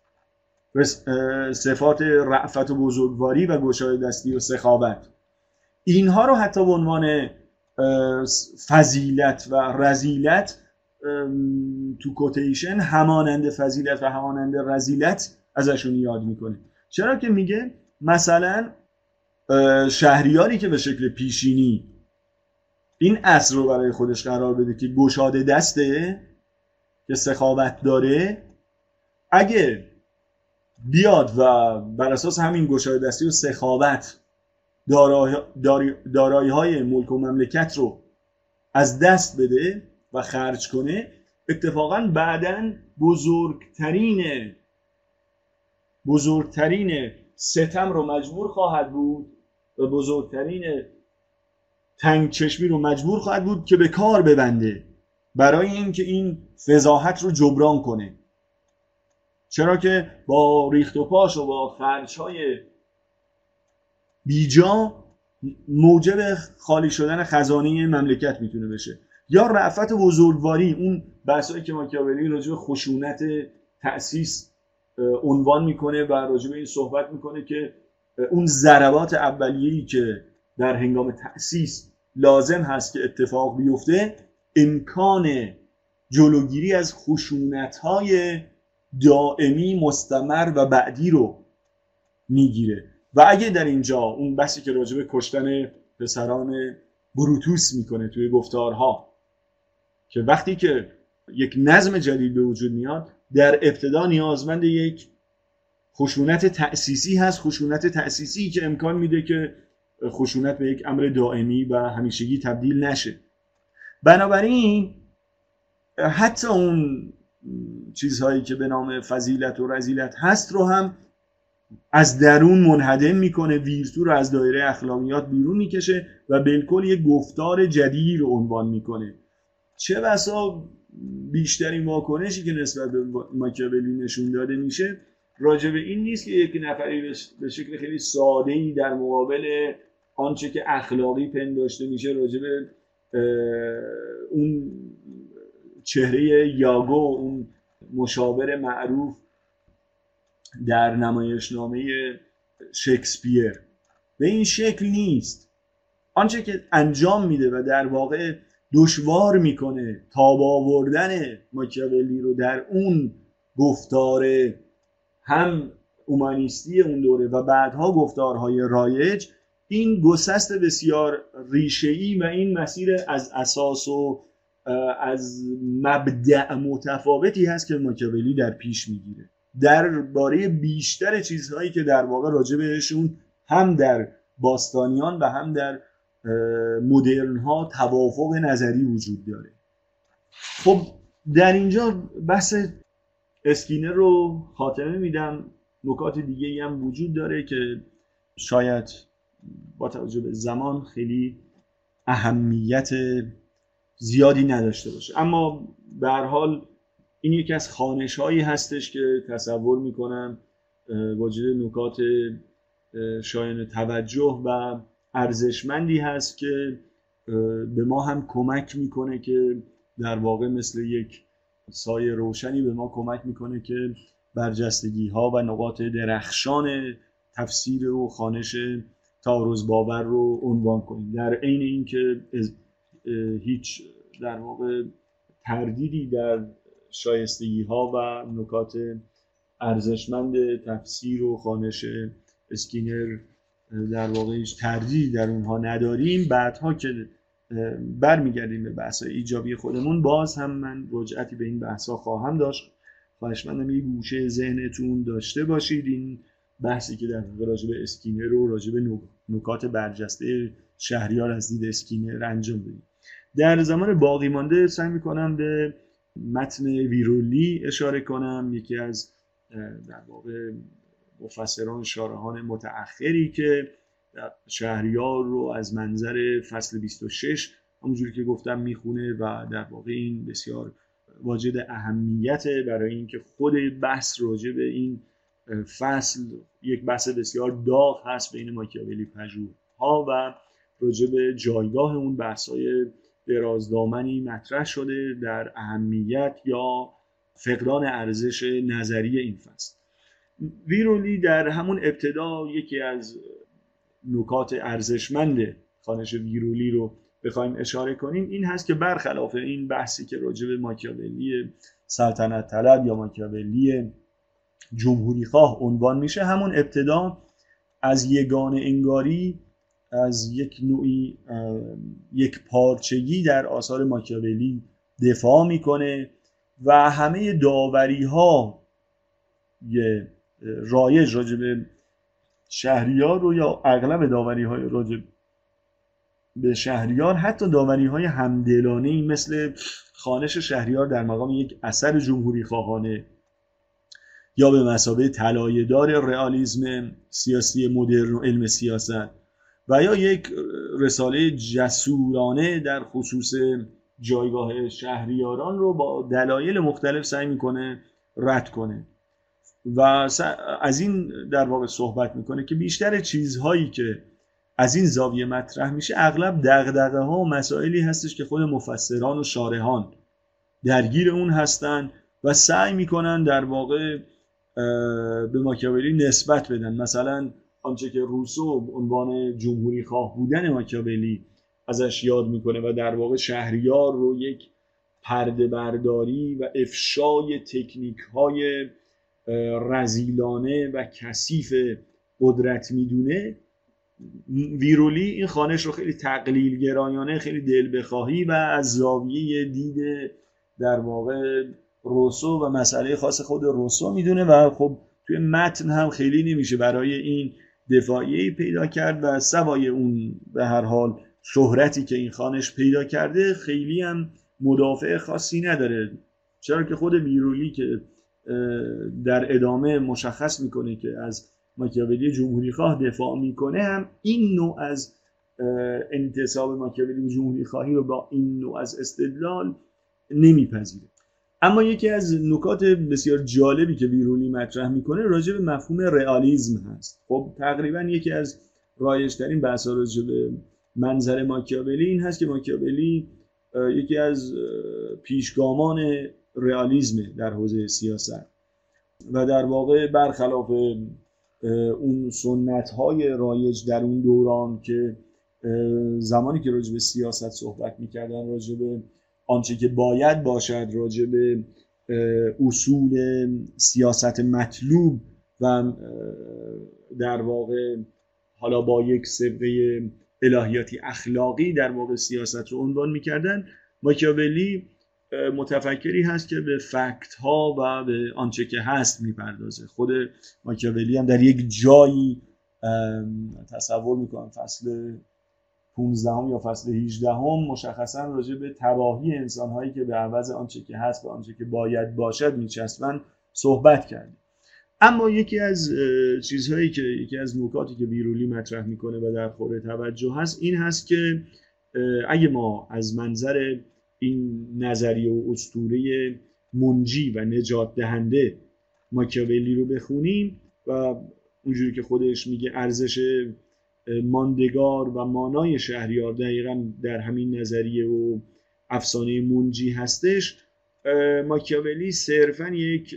صفات رأفت و بزرگواری و گشایدستی و سخاوت، اینها رو حتی به عنوان فضیلت و رذیلت تو کوتیشن همانند فضیلت و همانند رذیلت ازشون یاد میکنه. چرا که میگه مثلا شهریاری که به شکل پیشینی این اصل رو برای خودش قرار بده که گشاده دسته، که سخاوت داره، اگه بیاد و بر اساس همین گشاده دستی و سخاوت دارایی های ملک و مملکت رو از دست بده و خرج کنه، اتفاقا بعداً بزرگترین بزرگترین ستم رو مجبور خواهد بود و بزرگترین تنگ چشمی رو مجبور خواهد بود که به کار ببنده برای اینکه این فضاحت رو جبران کنه. چرا که با ریخت و پاش و با خرج‌های بیجا موجب خالی شدن خزانه مملکت میتونه بشه. یا رأفت و بزرگواری، اون بحثایی که ماکیاولی راجع به خشونت تأسیس عنوان میکنه و راجع به این صحبت میکنه که اون ضربات اولیه‌ای که در هنگام تأسیس لازم هست که اتفاق بیفته امکان جلوگیری از خشونت‌های دائمی مستمر و بعدی رو میگیره. و اگه در اینجا اون بحثی که راجع به کشتن پسران بروتوس میکنه توی گفتارها، که وقتی که یک نظم جدید به وجود میاد در ابتدا نیازمند یک خشونت تأسیسی هست، خشونت تأسیسی که امکان میده که خشونت به یک امر دائمی و همیشگی تبدیل نشه. بنابراین حتی اون چیزهایی که به نام فضیلت و رذیلت هست رو هم از درون منهدم میکنه، ویرتو رو از دایره اخلاقیات بیرون میکشه و بالکل یک گفتار جدیدی رو عنوان میکنه. چه بسا بیشترین واکنشی که نسبت به ماکیاولی نشون داده میشه راجع به این نیست که یک نفری به شکل خیلی ساده‌ای در مقابل آنچه که اخلاقی پنداشته میشه راجع به اون چهره یاگو، اون مشاور معروف در نمایشنامه شکسپیر، به این شکل نیست. آنچه که انجام میده و در واقع دشوار میکنه تاب آوردن ماکیاولی رو در اون گفتار هم اومانیستی اون دوره و بعدها گفتارهای رایج، این گسست بسیار ریشه‌ای و این مسیر از اساس و از مبدأ متفاوتی هست که ماکیاولی در پیش میگیره درباره بیشتر چیزهایی که در واقع راجع بهشون هم در باستانیان و هم در مدرن ها توافق نظری وجود داره. خب در اینجا بحث اسکینر رو خاتمه میدم. نکات دیگه‌ای هم وجود داره که شاید با توجه به زمان خیلی اهمیت زیادی نداشته باشه، اما به هر حال این یکی از خوانش‌هایی هستش که تصور میکنم واجد نکات شایان توجه و ارزشمندی هست که به ما هم کمک میکنه که در واقع مثل یک سایه روشنی به ما کمک میکنه که برجستگی ها و نقاط درخشان تفسیر و خوانش تعارض باور رو عنوان کنیم، در عین اینکه هیچ در واقع تردیدی در شایستگی ها و نکات ارزشمند تفسیر و خوانش اسکینر در واقع هیچ تردیدی در اونها نداریم. بعدها که برمیگردیم به بحث‌های ایجابی خودمون باز هم من رجعتی به این بحث‌ها خواهم داشت. خواهشمندم یه گوشه ذهنتون داشته باشید این بحثی که در واقع راجع به اسکینر و راجع به نکات برجسته شهریار از دید اسکینر انجام بدیم. در زمان باقی مانده سعی می‌کنم به متن ویرولی اشاره کنم، یکی از در واقع مفسران شارحان متأخری که شهریار رو از منظر فصل بیست و شش همونجوری که گفتم میخونه و در واقع این بسیار واجد اهمیت برای اینکه خود بحث راجع به این فصل یک بحث بسیار داغ هست بین ماکیاولی پژوه‌ها و راجع به جایگاه اون بحث‌های درازدامنی مطرح شده در اهمیت یا فقدان ارزش نظری این فصل. ویرولی در همون ابتدا یکی از نکات ارزشمند خوانش ویرولی رو بخوایم اشاره کنیم این هست که برخلاف این بحثی که راجع به ماکیاولی سلطنت طلب یا ماکیاولی جمهوری خواه عنوان میشه، همون ابتدا از یگانه انگاری، از یک نوعی یک پارچگی در آثار ماکیاولی دفاع میکنه و همه داوری ها یه رایج راجع به شهریار رو یا اغلب داوری های راجع به شهریار، حتی داوری های همدلانه‌ای مثل خوانش شهریار در مقام یک اثر جمهوری خواهانه یا به مثابه طلایه‌دار رئالیسم سیاسی مدرن و علم سیاست و یا یک رساله جسورانه در خصوص جایگاه شهریاران رو با دلایل مختلف سعی میکنه رد کنه و از این در واقع صحبت میکنه که بیشتر چیزهایی که از این زاویه مطرح میشه اغلب دغدغه ها و مسائلی هستش که خود مفسران و شارحان درگیر اون هستن و سعی میکنن در واقع به ماکیاولی نسبت بدن. مثلا آنچه که روسو عنوان جمهوری خواه بودن ماکیاولی ازش یاد میکنه و در واقع شهریار رو یک پرده برداری و افشای تکنیک های رذیلانه و کثیف قدرت میدونه، ویرولی این خوانش رو خیلی تقلیل گرایانه، خیلی دل بخواهی و از زاویه دید در واقع روسو و مسئله خاص خود روسو میدونه و خب توی متن هم خیلی نمیشه برای این دفاعیه‌ای پیدا کرد و سوای اون به هر حال شهرتی که این خوانش پیدا کرده خیلی هم مدافع خاصی نداره، چرا که خود ویرولی که در ادامه مشخص میکنه که از ماکیاولی جمهوری خواه دفاع میکنه هم این نوع از انتصاب ماکیاولی جمهوری خواهی رو با این نوع از استدلال نمیپذیره. اما یکی از نکات بسیار جالبی که ویرولی مطرح میکنه راجع به مفهوم رئالیسم هست. خب تقریبا یکی از رایج‌ترین بحث‌ها راجع به منظر ماکیاولی این هست که ماکیاولی یکی از پیشگامان رئالیسم در حوزه سیاست و در واقع برخلاف اون سنت‌های رایج در اون دوران که زمانی که راجع به سیاست صحبت میکردن، راجع به آنچه که باید باشد، راجع به اصول سیاست مطلوب و در واقع حالا با یک صبغه الهیاتی اخلاقی در واقع سیاست رو عنوان میکردن، ماکیاولی متفکری هست که به فکت ها و به آنچه که هست میپردازه. خود ماکیاولی هم در یک جایی تصور میکنم فصل پانزدهم یا فصل هجدهم مشخصا راجع به تباهی انسان هایی که به عوض آنچه که هست و آنچه که باید باشد میچسبن صحبت کرد. اما یکی از چیزهایی که یکی از نکاتی که بیرولی مطرح میکنه و در خور توجه هست این هست که اگه ما از منظر این نظریه و اسطوره منجی و نجات دهنده ماکیاولی رو بخونیم و اونجوری که خودش میگه ارزش ماندگار و مانای شهریار دقیقا در همین نظریه و افسانه منجی هستش، ماکیاولی صرفا یک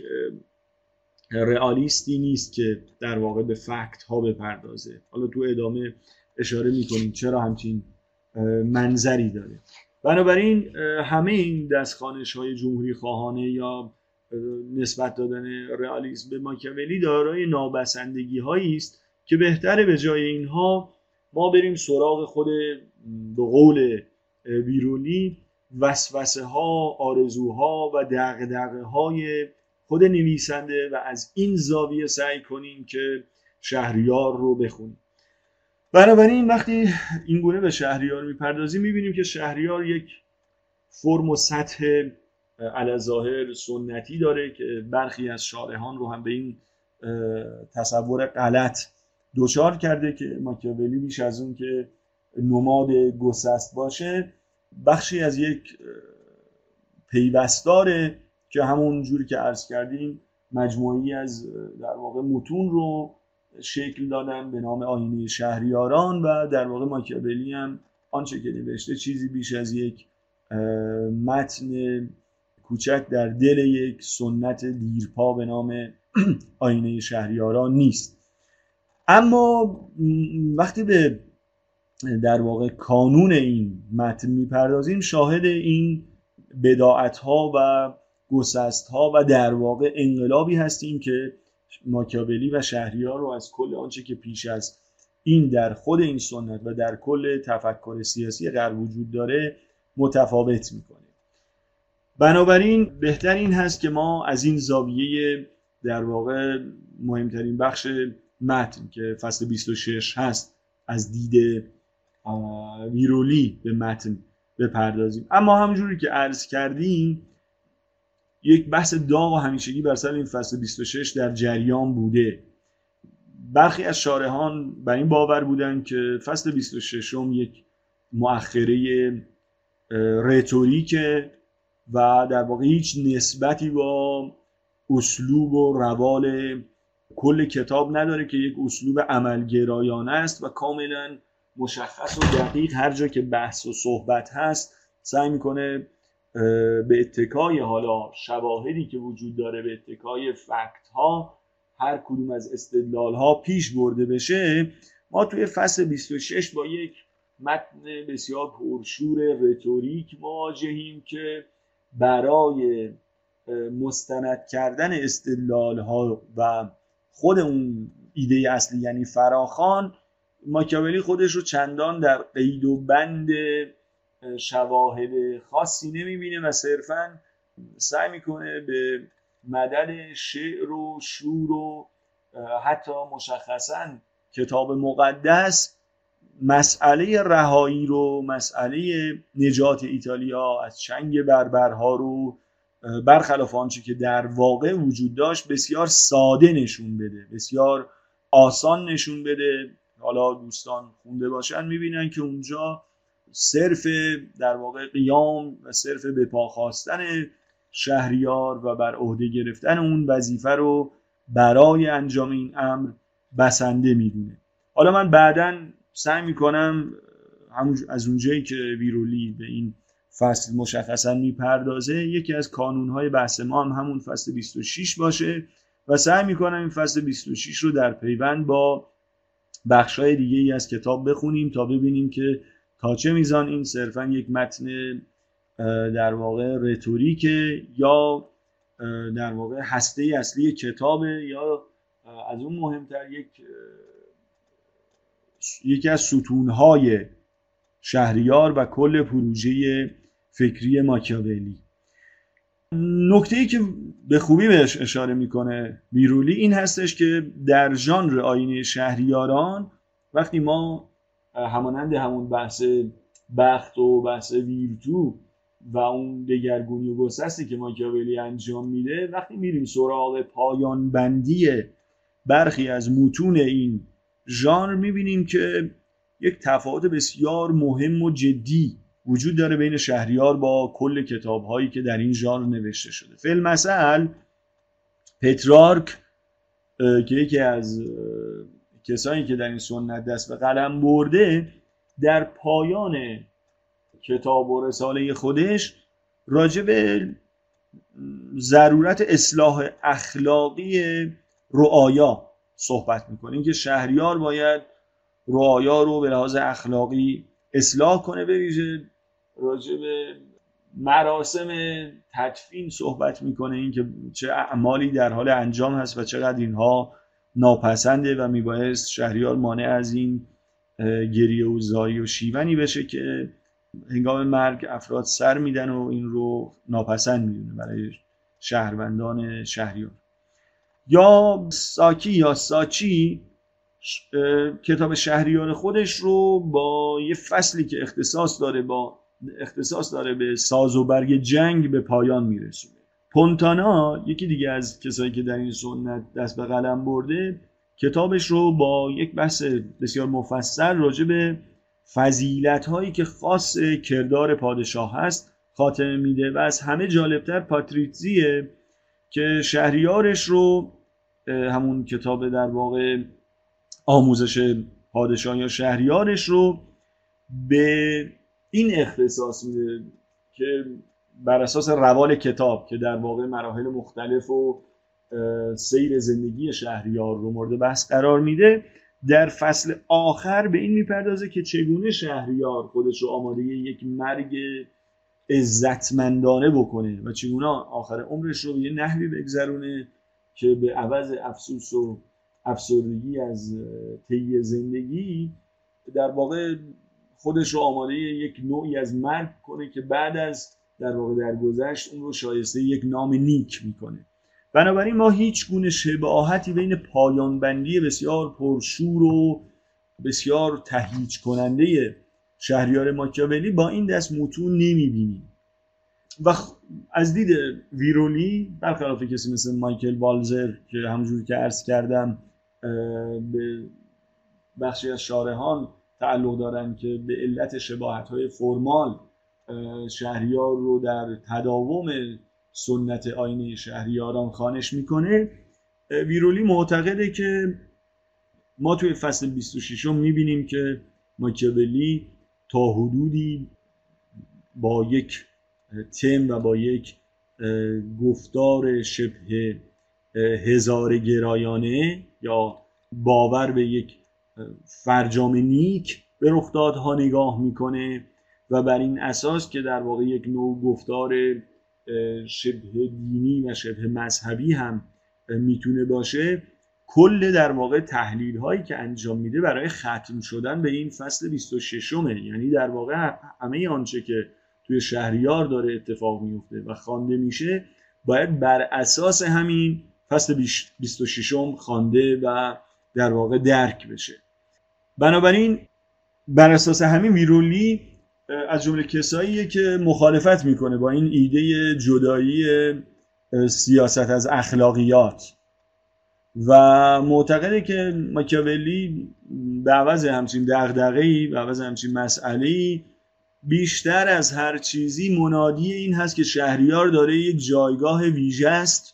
رئالیستی نیست که در واقع به فکت ها بپردازه. حالا تو ادامه اشاره میکنیم چرا همچین منظری داره. بنابراین همه این دستخوانش های جمهوری خواهانه یا نسبت دادن رئالیسم به ماکیاولی دارای نابسندگی هایی است که بهتره به جای اینها ما بریم سراغ خود به قول بیرولی وسوسه ها، آرزوها و دغدغه های خود نویسنده و از این زاویه سعی کنیم که شهریار رو بخونیم. بنابراین وقتی این گونه به شهریار میپردازیم میبینیم که شهریار یک فرم و سطح علی‌ظاهر سنتی داره که برخی از شارحان رو هم به این تصور غلط دوچار کرده که ماکیاولی بیش از اون که نماد گسست باشه بخشی از یک پیوستاره که همون جوری که عرض کردیم مجموعی از در واقع متون رو شکل دادن به نام آینه شهریاران و در واقع ماکیاولی هم آنچه که نوشته چیزی بیش از یک متن کوچک در دل یک سنت دیرپا به نام آینه شهریاران نیست. اما وقتی به در واقع کانون این متن میپردازیم شاهد این بداعت‌ها و گسست‌ها و در واقع انقلابی هستیم که ماکیاولی و شهریار رو از کل آنچه که پیش از این در خود این سنت و در کل تفکر سیاسی غرب وجود داره متفاوت میکنه. بنابراین بهتر این هست که ما از این زاویه در واقع مهمترین بخش متن که فصل بیست و شش هست از دید بیرولی به متن بپردازیم. اما همونجوری که عرض کردیم یک بحث داغ و همیشگی بر سر این فصل بیست و شش در جریان بوده. برخی از شارحان بر این باور بودن که فصل بیست و شش یک مؤخره رتوریکه و در واقع هیچ نسبتی با اسلوب و روال کل کتاب نداره که یک اسلوب عملگرایانه است و کاملا مشخص و دقیق هر جا که بحث و صحبت هست سعی میکنه به اتکای حالا شواهدی که وجود داره به اتکای فکت ها هر کدوم از استدلال ها پیش برده بشه. ما توی فصل بیست و شش با یک متن بسیار پرشور رتوریک مواجهیم که برای مستند کردن استدلال ها و خود اون ایده اصلی یعنی فراخوان ماکیاولی خودش رو چندان در قید و بند شواهد خاصی نمیبینه و صرفاً سعی میکنه به مدد شعر و شور و حتی مشخصاً کتاب مقدس مسئله رهایی رو، مسئله نجات ایتالیا از چنگ بربرها رو برخلاف آنچه که در واقع وجود داشت بسیار ساده نشون بده، بسیار آسان نشون بده. حالا دوستان خونده باشن میبینن که اونجا صرف در واقع قیام و صرف به پا خواستن شهریار و بر عهده گرفتن اون وظیفه رو برای انجام این امر بسنده میدونه. حالا من بعداً سعی میکنم همون از اونجایی که بیرولی به این فصل مشخصا میپردازه یکی از کانونهای بحث ما هم همون فصل بیست و شش باشه و سعی میکنم این فصل بیست و شش رو در پیوند با بخشای دیگه ای از کتاب بخونیم تا ببینیم که تا چه میزان این صرفا یک متن در واقع رتوریکه یا در واقع هسته اصلی کتابه یا از اون مهمتر یک یکی از ستونهای شهریار و کل پروژه فکری ماکیاولی. نکته‌ای که به خوبی بهش اشاره میکنه بیرولی این هستش که در ژانر آینه شهریاران وقتی ما همانند همون بحث بخت و بحث ویرتو و اون دگرگونی و گسستی که ماکیاولی انجام میده، وقتی میریم سراغ پایان بندی برخی از متون این ژانر میبینیم که یک تفاوت بسیار مهم و جدی وجود داره بین شهریار با کل کتاب‌هایی که در این ژانر نوشته شده. فی‌المثل پترارک که یکی از کسانی که در این سنت دست به قلم برده، در پایان کتاب و رساله خودش راجع به ضرورت اصلاح اخلاقی رعایا صحبت میکنه، اینکه شهریار باید رعایا رو به لحاظ اخلاقی اصلاح کنه. به ویژه راجع به مراسم تدفین صحبت میکنه، اینکه چه اعمالی در حال انجام هست و چقدر اینها ناپسنده و میبایست شهریار مانع از این گریه و زاری و شیونی بشه که هنگام مرگ افراد سر میدن و این رو ناپسند میدونه برای شهروندان شهریار. یا ساکی یا ساچی کتاب شهریار خودش رو با یه فصلی که اختصاص داره با اختصاص داره به ساز و برگ جنگ به پایان میرسونه. پونتانا یکی دیگه از کسایی که در این سنت دست به قلم برده، کتابش رو با یک بحث بسیار مفصل راجع به فضیلت‌هایی که خاص کردار پادشاه هست خاتمه میده و از همه جالبتر پاتریزیه که شهریارش رو، همون کتاب در واقع آموزش پادشاه یا شهریارش رو، به این اختصاص میده که بر اساس روال کتاب که در واقع مراحل مختلف و سیر زندگی شهریار رو مورد بحث قرار میده، در فصل آخر به این میپردازه که چگونه شهریار خودش رو آماده یک مرگ عزتمندانه بکنه و چگونه آخر عمرش رو به یه نحوی بگذرونه که به عوض افسوس و افسردگی از طی زندگی در واقع خودش رو آماده یک نوعی از مرگ کنه که بعد از در واقع درگذشت اون رو شایسته یک نام نیک میکنه. بنابراین ما هیچ گونه شباهتی بین پایان بندی بسیار پرشور و بسیار تهییج کننده شهریار ماکیاولی با این دست متون نمیبینیم. و از دید ویرولی، برخلاف کسی مثل مایکل والزر که همونجوری که عرض کردم به بخشی از شارحان تعلق دارن که به علت شباهت‌های فرمال شهریار رو در تداوم سنت آینه شهریاران خوانش میکنه، ویرولی معتقده که ما توی فصل بیست و شش میبینیم که ماکیاولی تا حدودی با یک تم و با یک گفتار شبه هزار گرایانه یا باور به یک فرجام نیک به رخدادها نگاه میکنه و بر این اساس که در واقع یک نوع گفتار شبه دینی و شبه مذهبی هم میتونه باشه، کل در واقع تحلیل هایی که انجام میده برای ختم شدن به این فصل بیست و شش، یعنی در واقع همه آنچه که توی شهریار داره اتفاق میفته و خوانده میشه باید بر اساس همین فصل بیست و شش خوانده و در واقع درک بشه. بنابراین بر اساس همین ویرولی از جمله کساییه که مخالفت میکنه با این ایده جدایی سیاست از اخلاقیات و معتقده که ماکیاولی به عوض همچین دغدغه‌ای، به عوض همچین مسئله‌ای، بیشتر از هر چیزی منادی این هست که شهریار داره یک جایگاه ویژه است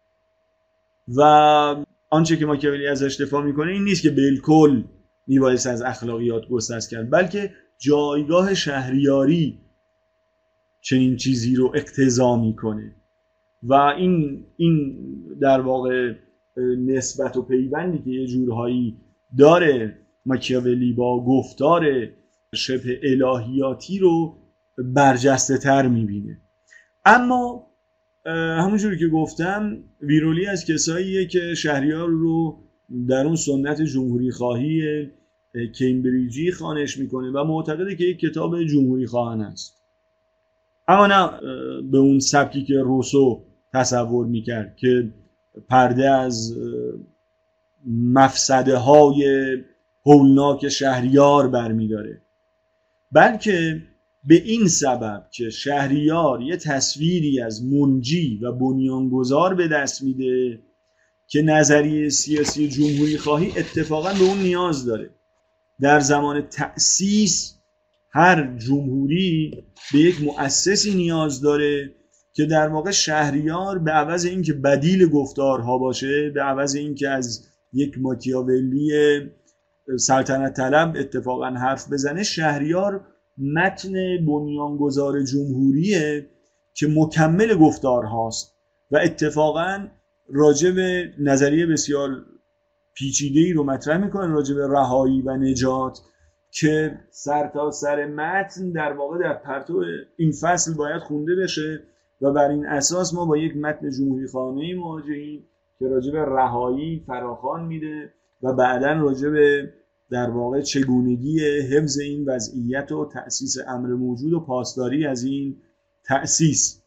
و آنچه که ماکیاولی ازش دفاع میکنه این نیست که بالکل میبایست از اخلاقیات گسست کرد، بلکه جایگاه شهریاری چنین چیزی رو اقتضا میکنه و این این در واقع نسبت و پیوندی که یه جورهایی داره ماکیاولی با گفتار شبه الهیاتی رو برجسته تر میبینه. اما همونجوری که گفتم ویرولی از کساییه که شهریار رو در اون سنت جمهوری خواهی کمبریجی خوانش میکنه و معتقده که یک کتاب جمهوری خواهان است، اما نه به اون سبکی که روسو تصور میکرد که پرده از مفسده های هولناک شهریار برمیداره، بلکه به این سبب که شهریار یه تصویری از منجی و بنیانگذار به دست میده که نظریه سیاسی جمهوری خواهی اتفاقا به اون نیاز داره. در زمان تأسیس هر جمهوری به یک مؤسسی نیاز داره که در واقع شهریار به عوض اینکه بدیل گفتارها باشه، به عوض اینکه از یک ماکیاولی سلطنت طلب اتفاقا حرف بزنه، شهریار متن بنیانگذار جمهوریه که مکمل گفتارهاست و اتفاقا راجع به نظریه بسیار پیچیده‌ای رو مطرح میکنه راجع به رهایی و نجات که سر تا سر متن در واقع در پرتو این فصل باید خونده بشه و بر این اساس ما با یک متن جمهوری خواهانه‌ای مواجهیم که راجع به رهایی فراخوان میده و بعداً راجع به در واقع چگونگی حفظ این وضعیت و تأسیس امر موجود و پاسداری از این تأسیس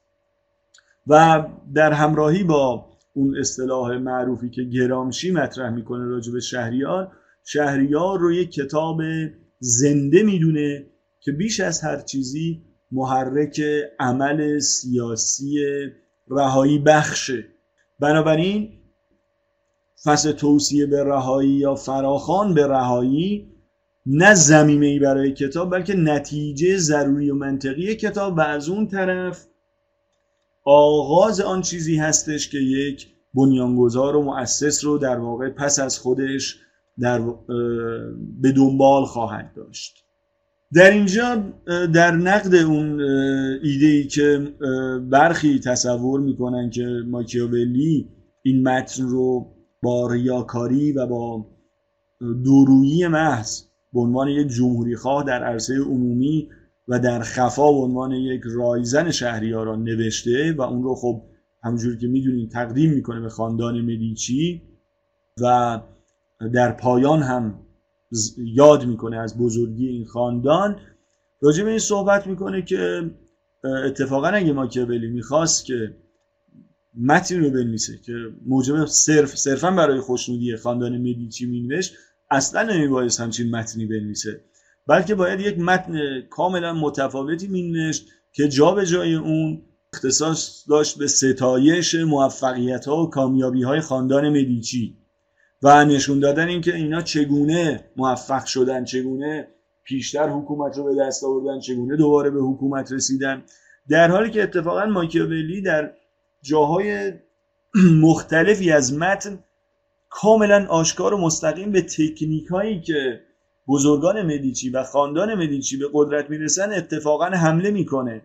و در همراهی با اون اصطلاح معروفی که گرامشی مطرح میکنه راجع به شهریار، شهریار رو یک کتاب زنده میدونه که بیش از هر چیزی محرک عمل سیاسی رهایی بخشه. بنابراین فصل توصیه به رهایی یا فراخوان به رهایی نه زمینه‌ای برای کتاب بلکه نتیجه ضروری و منطقی کتاب و از اون طرف آغاز آن چیزی هستش که یک بنیانگذار و مؤسس رو در واقع پس از خودش در به دنبال خواهد داشت. در اینجا در نقد اون ایده‌ای که برخی تصور میکنن که ماکیاولی این متن رو با ریاکاری و با دورویی محض به عنوان یک جمهوری خواه در عرصه عمومی و در خفا به عنوان یک رایزن شهریاران نوشته و اون رو خب همونجوری که میدونین تقدیم میکنه به خاندان مدیچی و در پایان هم یاد میکنه از بزرگی این خاندان، راجع به این صحبت میکنه که اتفاقا اگه ماکیاولی میخواست که متنی رو بنویسه که موجب صرف صرفا برای خوشنودی خاندان مدیچی مینوشت، اصلا نمیبایست همچین متنی بنویسه، بلکه باید یک متن کاملا متفاوتی مینوشت که جا به جای اون اختصاص داشت به ستایش موفقیت‌ها و کامیابی‌های خاندان مدیچی و نشون دادن اینکه اینا چگونه موفق شدن، چگونه پیشتر حکومت رو به دست آوردن، چگونه دوباره به حکومت رسیدن، در حالی که اتفاقا ماکیاولی در جاهای مختلفی از متن کاملا آشکار و مستقیم به تکنیکایی که بزرگان مدیچی و خاندان مدیچی به قدرت میرسن اتفاقا حمله میکنه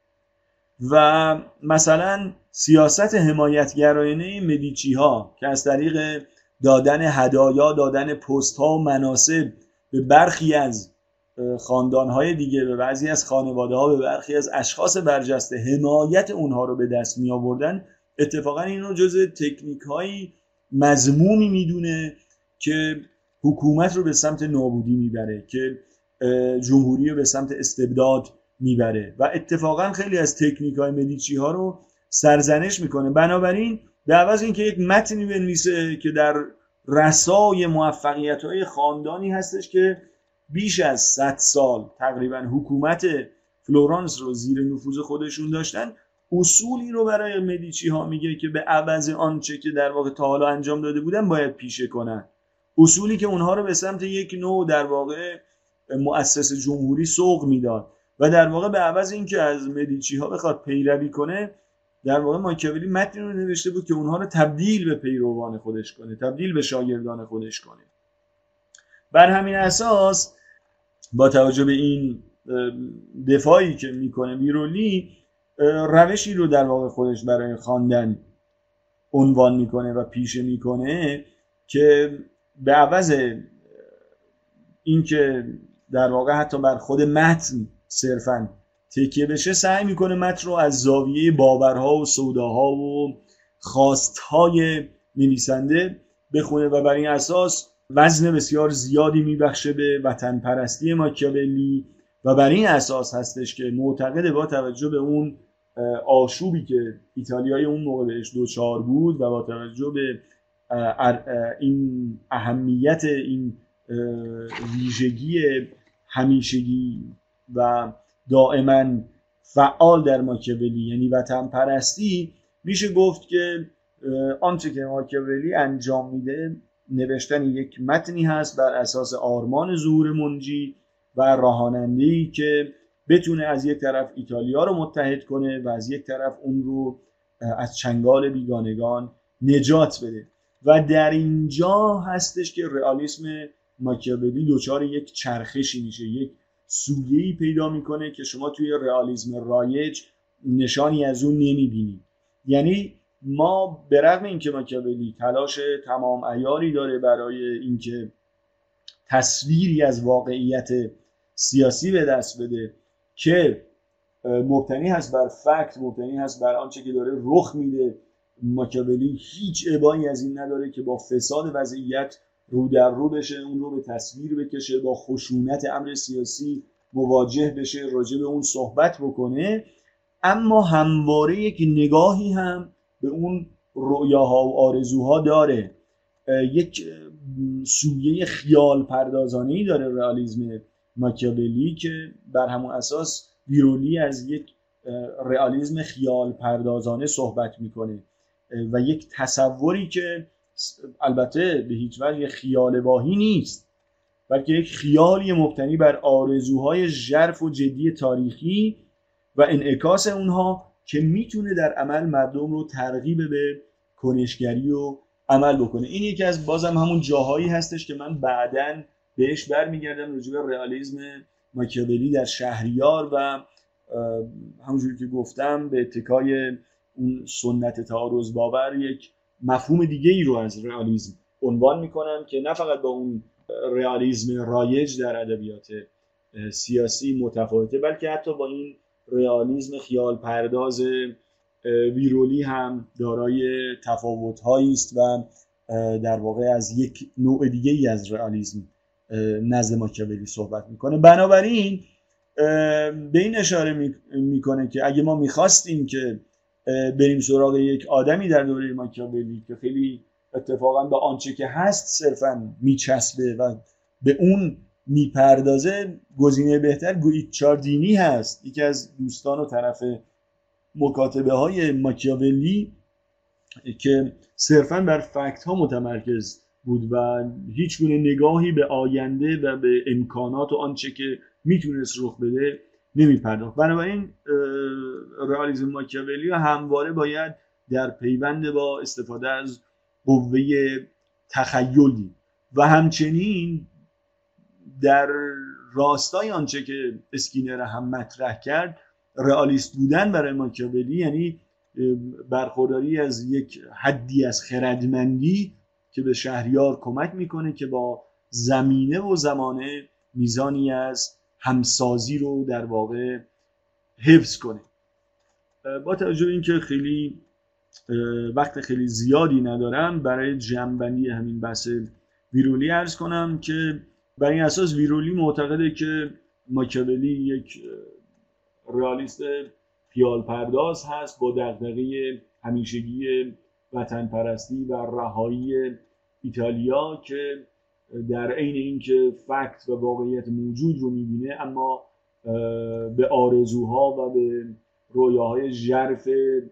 و مثلا سیاست حمایتگرایانه مدیچی ها که از طریق دادن هدایا، دادن پست ها و مناصب به برخی از خاندان های دیگه، به بعضی از خانواده ها، به برخی از اشخاص برجسته حمایت اونها رو به دست می آوردن، اتفاقا این رو جزء تکنیک های مذمومی میدونه که حکومت رو به سمت نابودی میبره، که جمهوری رو به سمت استبداد میبره و اتفاقا خیلی از تکنیک های مدیچی ها رو سرزنش میکنه. بنابراین به عوض اینکه یک متنی بنویسه که در رسای موفقیت های خاندانی هستش که بیش از صد سال تقریبا حکومت فلورانس رو زیر نفوذ خودشون داشتن، اصولی رو برای مدیچی ها میگه که به عوض آنچه که در واقع تا حالا انجام داده بودن باید پیشه کنن، اصولی که اونها رو به سمت یک نوع در واقع مؤسس جمهوری سوق میداد و در واقع به عوض اینکه از مدیچی ها بخواد پیروی کنه، در واقع ماکیاولی متنی رو نوشته بود که اونها رو تبدیل به پیروان خودش کنه، تبدیل به شاگردان خودش کنه. بر همین اساس با توجه به این دفاعی که میکنه ویرولی، روشی رو در واقع خودش برای خواندن عنوان میکنه و پیشه میکنه که به عوض اینکه در واقع حتی بر خود متن صرفاً تکیه بشه، سعی میکنه متن رو از زاویه باورها و سوداها و خواستهای نویسنده بخونه و بر این اساس وزن بسیار زیادی میبخشه به وطن پرستی ماکیاولی و بر این اساس هستش که معتقده با توجه به اون آشوبی که ایتالیای اون موقع بهش دوچار بود و با توجه به این اهمیت این ویژگی همیشگی و دائما فعال در ماکیاولی یعنی وطن پرستی، میشه گفت که آنچه که ماکیاولی انجام میده نوشتن یک متنی هست بر اساس آرمان ظهور منجی و راهاننده‌ای که بتونه از یک طرف ایتالیا رو متحد کنه و از یک طرف اون رو از چنگال بیگانگان نجات بده. و در اینجا هستش که رئالیسم ماکیاولی دچار یک چرخشی میشه، یک سویه‌ای پیدا میکنه که شما توی رئالیسم رایج نشانی از اون نمیبینید. یعنی ما به رغم اینکه ماکیاولی تلاش تمام عیاری داره برای اینکه تصویری از واقعیت سیاسی به دست بده که مبتنی هست بر فکت، مبتنی هست بر آنچه که داره رخ میده، ماکیاولی هیچ ابایی از این نداره که با فساد وضعیت رو در رو بشه، اون رو به تصویر بکشه، با خشونت امر سیاسی مواجه بشه، راجع به اون صحبت بکنه، اما همواره یک نگاهی هم به اون رؤیاها و آرزوها داره. یک سویه خیال پردازانه‌ای داره رئالیسم ماکیاولی که بر همون اساس ویرولی از یک رئالیسم خیال پردازانه صحبت میکنه و یک تصوری که البته به هیچ وجه خیال واهی نیست، بلکه یک خیالی مبتنی بر آرزوهای ژرف و جدی تاریخی و انعکاس اونها که میتونه در عمل مردم رو ترغیب به کنشگری و عمل بکنه. این یکی از بازم همون جاهایی هستش که من بعداً بهش برمیگردم راجع به رئالیسم ماکیاولی در شهریار و همونجوری که گفتم به اتکای اون سنت تعارض باور یک مفهوم دیگه ای رو از رئالیسم عنوان میکنم که نه فقط با اون رئالیسم رایج در ادبیات سیاسی متفاوته، بلکه حتی با این رئالیسم خیال پرداز ویرولی هم دارای تفاوت‌هایی است و در واقع از یک نوع دیگه ای از رئالیسم نزد ماکیاولی صحبت میکنه. بنابراین به این اشاره میکنه که اگه ما میخواستیم که بریم سراغ یک آدمی در دوره ماکیاولی که خیلی اتفاقا به آنچه که هست صرفا میچسبه و به اون میپردازه، گزینه بهتر گویچاردینی هست، یکی از دوستان و طرف مکاتبه های ماکیاولی که صرفا بر فکت ها متمرکز بود و هیچ گونه نگاهی به آینده و به امکانات و آنچه که میتونست رخ بده نمیپرداخت. بنابراین رئالیسم ماکیاولی همواره باید در پیوند با استفاده از قوه تخیلی و همچنین در راستای آنچه که اسکینر هم مطرح کرد، رئالیست بودن برای ماکیاولی یعنی برخورداری از یک حدی از خردمندی که به شهریار کمک میکنه که با زمینه و زمانه میزانی از همسازی رو در واقع حفظ کنه. با توجه به اینکه خیلی وقت خیلی زیادی ندارم، برای جمع‌بندی همین بحث ویرولی عرض کنم که بر این اساس ویرولی معتقده که ماکیاولی یک رئالیست خیال پرداز هست با دغدغه همیشگی وطن پرستی و رهایی ایتالیا که در عین اینکه فکت و واقعیت موجود رو میبینه اما به آرزوها و به رویاهای ژرف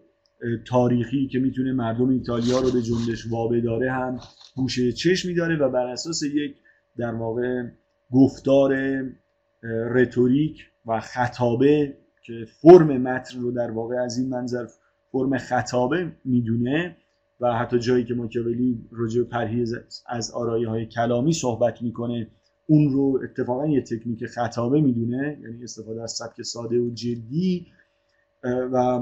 تاریخی که میتونه مردم ایتالیا رو به جنبش وابداره هم گوشه چشمی داره و بر اساس یک در واقع گفتار رتوریک و خطابه که فرم متن رو در واقع از این منظر فرم خطابه میدونه و حتی جایی که ماکیاولی راجع به پرهیز از آرایه‌های کلامی صحبت میکنه اون رو اتفاقا یه تکنیک خطابه میدونه، یعنی استفاده از سبک ساده و جدی و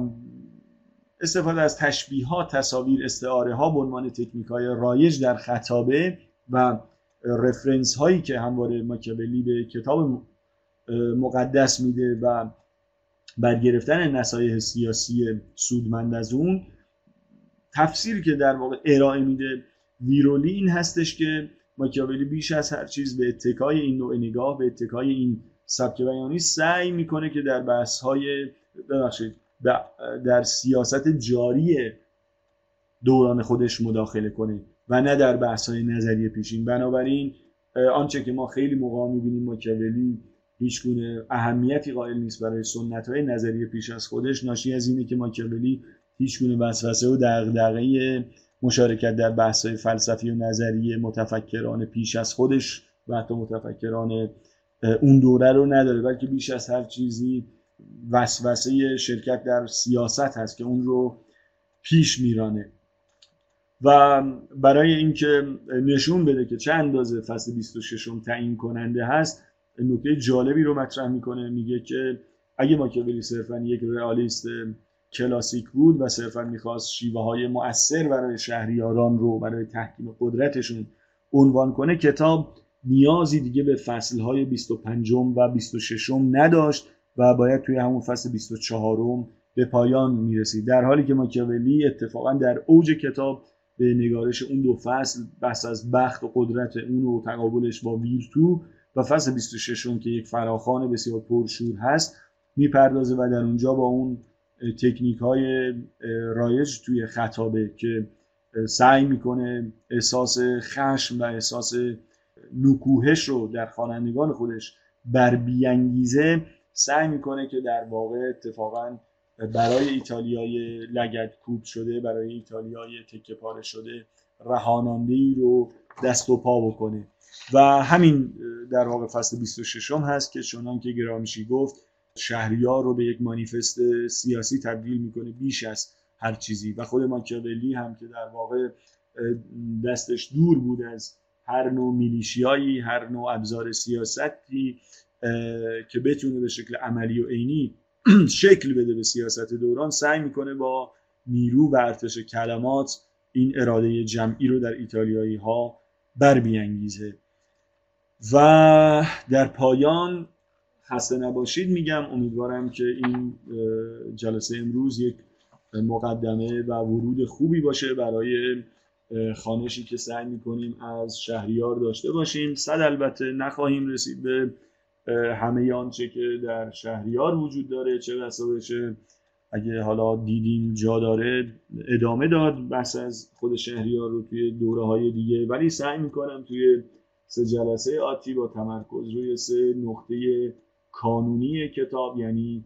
استفاده از تشبیهات، تصاویر، استعاره ها به عنوان تکنیک‌های رایج در خطابه و رفرنس هایی که همواره ماکیاولی به کتاب مقدس میده و برگرفتن نصایح سیاسی سودمند از اون، تفسیری که در واقع ارائه میده ویرولی این هستش که ماکیاولی بیش از هر چیز به اتکای این نوع نگاه، به اتکای این سبک بیانی سعی میکنه که در بحث‌های ببخشید در سیاست جاری دوران خودش مداخله کنه و نه در بحث‌های نظریه پیشین. بنابراین آنچه که ما خیلی موقع می‌بینیم ماکیاولی هیچ گونه اهمیتی قائل نیست برای سنت‌های نظریه پیش از خودش، ناشی از اینه که ماکیاولی هیچ گونه وسوسه و دغدغه مشارکت در بحث‌های فلسفی و نظریه متفکران پیش از خودش و حتی متفکران اون دوره رو نداره، بلکه بیش از هر چیزی وسوسه شرکت در سیاست هست که اون رو پیش میرانه. و برای اینکه نشون بده که چه اندازه فصل بیست و شش تعیین کننده هست، نکته جالبی رو مطرح میکنه. میگه که اگه ماکیاولی صرفا یک رئالیست کلاسیک بود و صرفا میخواست شیوه های مؤثر برای شهریاران رو برای تحکیم قدرتشون عنوان کنه، کتاب نیازی دیگه به فصلهای بیست و پنج و بیست و شش نداشت و باید توی همون فصل بیست و چهار به پایان میرسید، در حالی که ماکیاولی اتفاقا در اوج کتاب به نگارش اون دو فصل، بحث از بخت و قدرت اون و تقابلش با ویرتو، و فصل بیست و شش که یک فراخوان بسیار پرشور هست میپردازه و در اونجا با اون تکنیک های رایج توی خطابه که سعی میکنه احساس خشم و احساس نکوهش رو در خوانندگان خودش بر بیانگیزه، سعی میکنه که در واقع اتفاقا برای ایتالیای لگدکوب شده، برای ایتالیای تکه پاره شده رهاننده‌ای رو دست و پا بکنه. و همین در واقع فصل بیست و شش هست که چنان که گرامشی گفت شهریار رو به یک مانیفست سیاسی تبدیل میکنه بیش از هر چیزی. و خود ماکیاولی هم که در واقع دستش دور بود از هر نوع میلیشیایی، هر نوع ابزار سیاستی که بتونه به شکل عملی و عینی شکل بده به سیاست دوران، سعی میکنه با نیرو و ارتش کلمات این اراده جمعی رو در ایتالیایی ها بر بیانگیزه. و در پایان خسته نباشید میگم. امیدوارم که این جلسه امروز یک مقدمه و ورود خوبی باشه برای خوانشی که سعی میکنیم از شهریار داشته باشیم. صد البته نخواهیم رسید به همه آنچه که در شهریار وجود داره، چه بسا بشه اگه حالا دیدیم جا داره ادامه داد بحث از خود شهریار رو توی دوره های دیگه، ولی سعی میکنم توی سه جلسه آتی با تمرکز روی سه نقطه کانونی کتاب، یعنی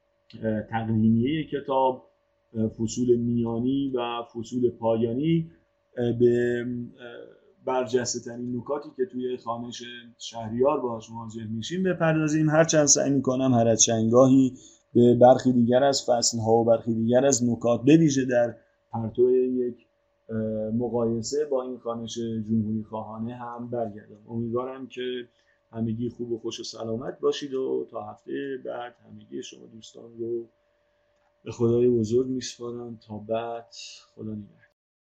تقدیمیه کتاب، فصول میانی و فصول پایانی، به برجسته ترین نکاتی که توی خوانش شهریار باهاش مواجه میشیم بپردازیم. هرچند سعی میکنم هر از چندگاهی به برخی دیگر از فصل‌ها و برخی دیگر از نکات به ویژه در پرتو یک مقایسه با این خوانش جمهوری خواهانه هم برگردم. امیدوارم که همگی خوب و خوش و سلامت باشید و تا هفته بعد همگی شما دوستان رو به خدای بزرگ میسپارم. تا بعد، خدا نگهدار.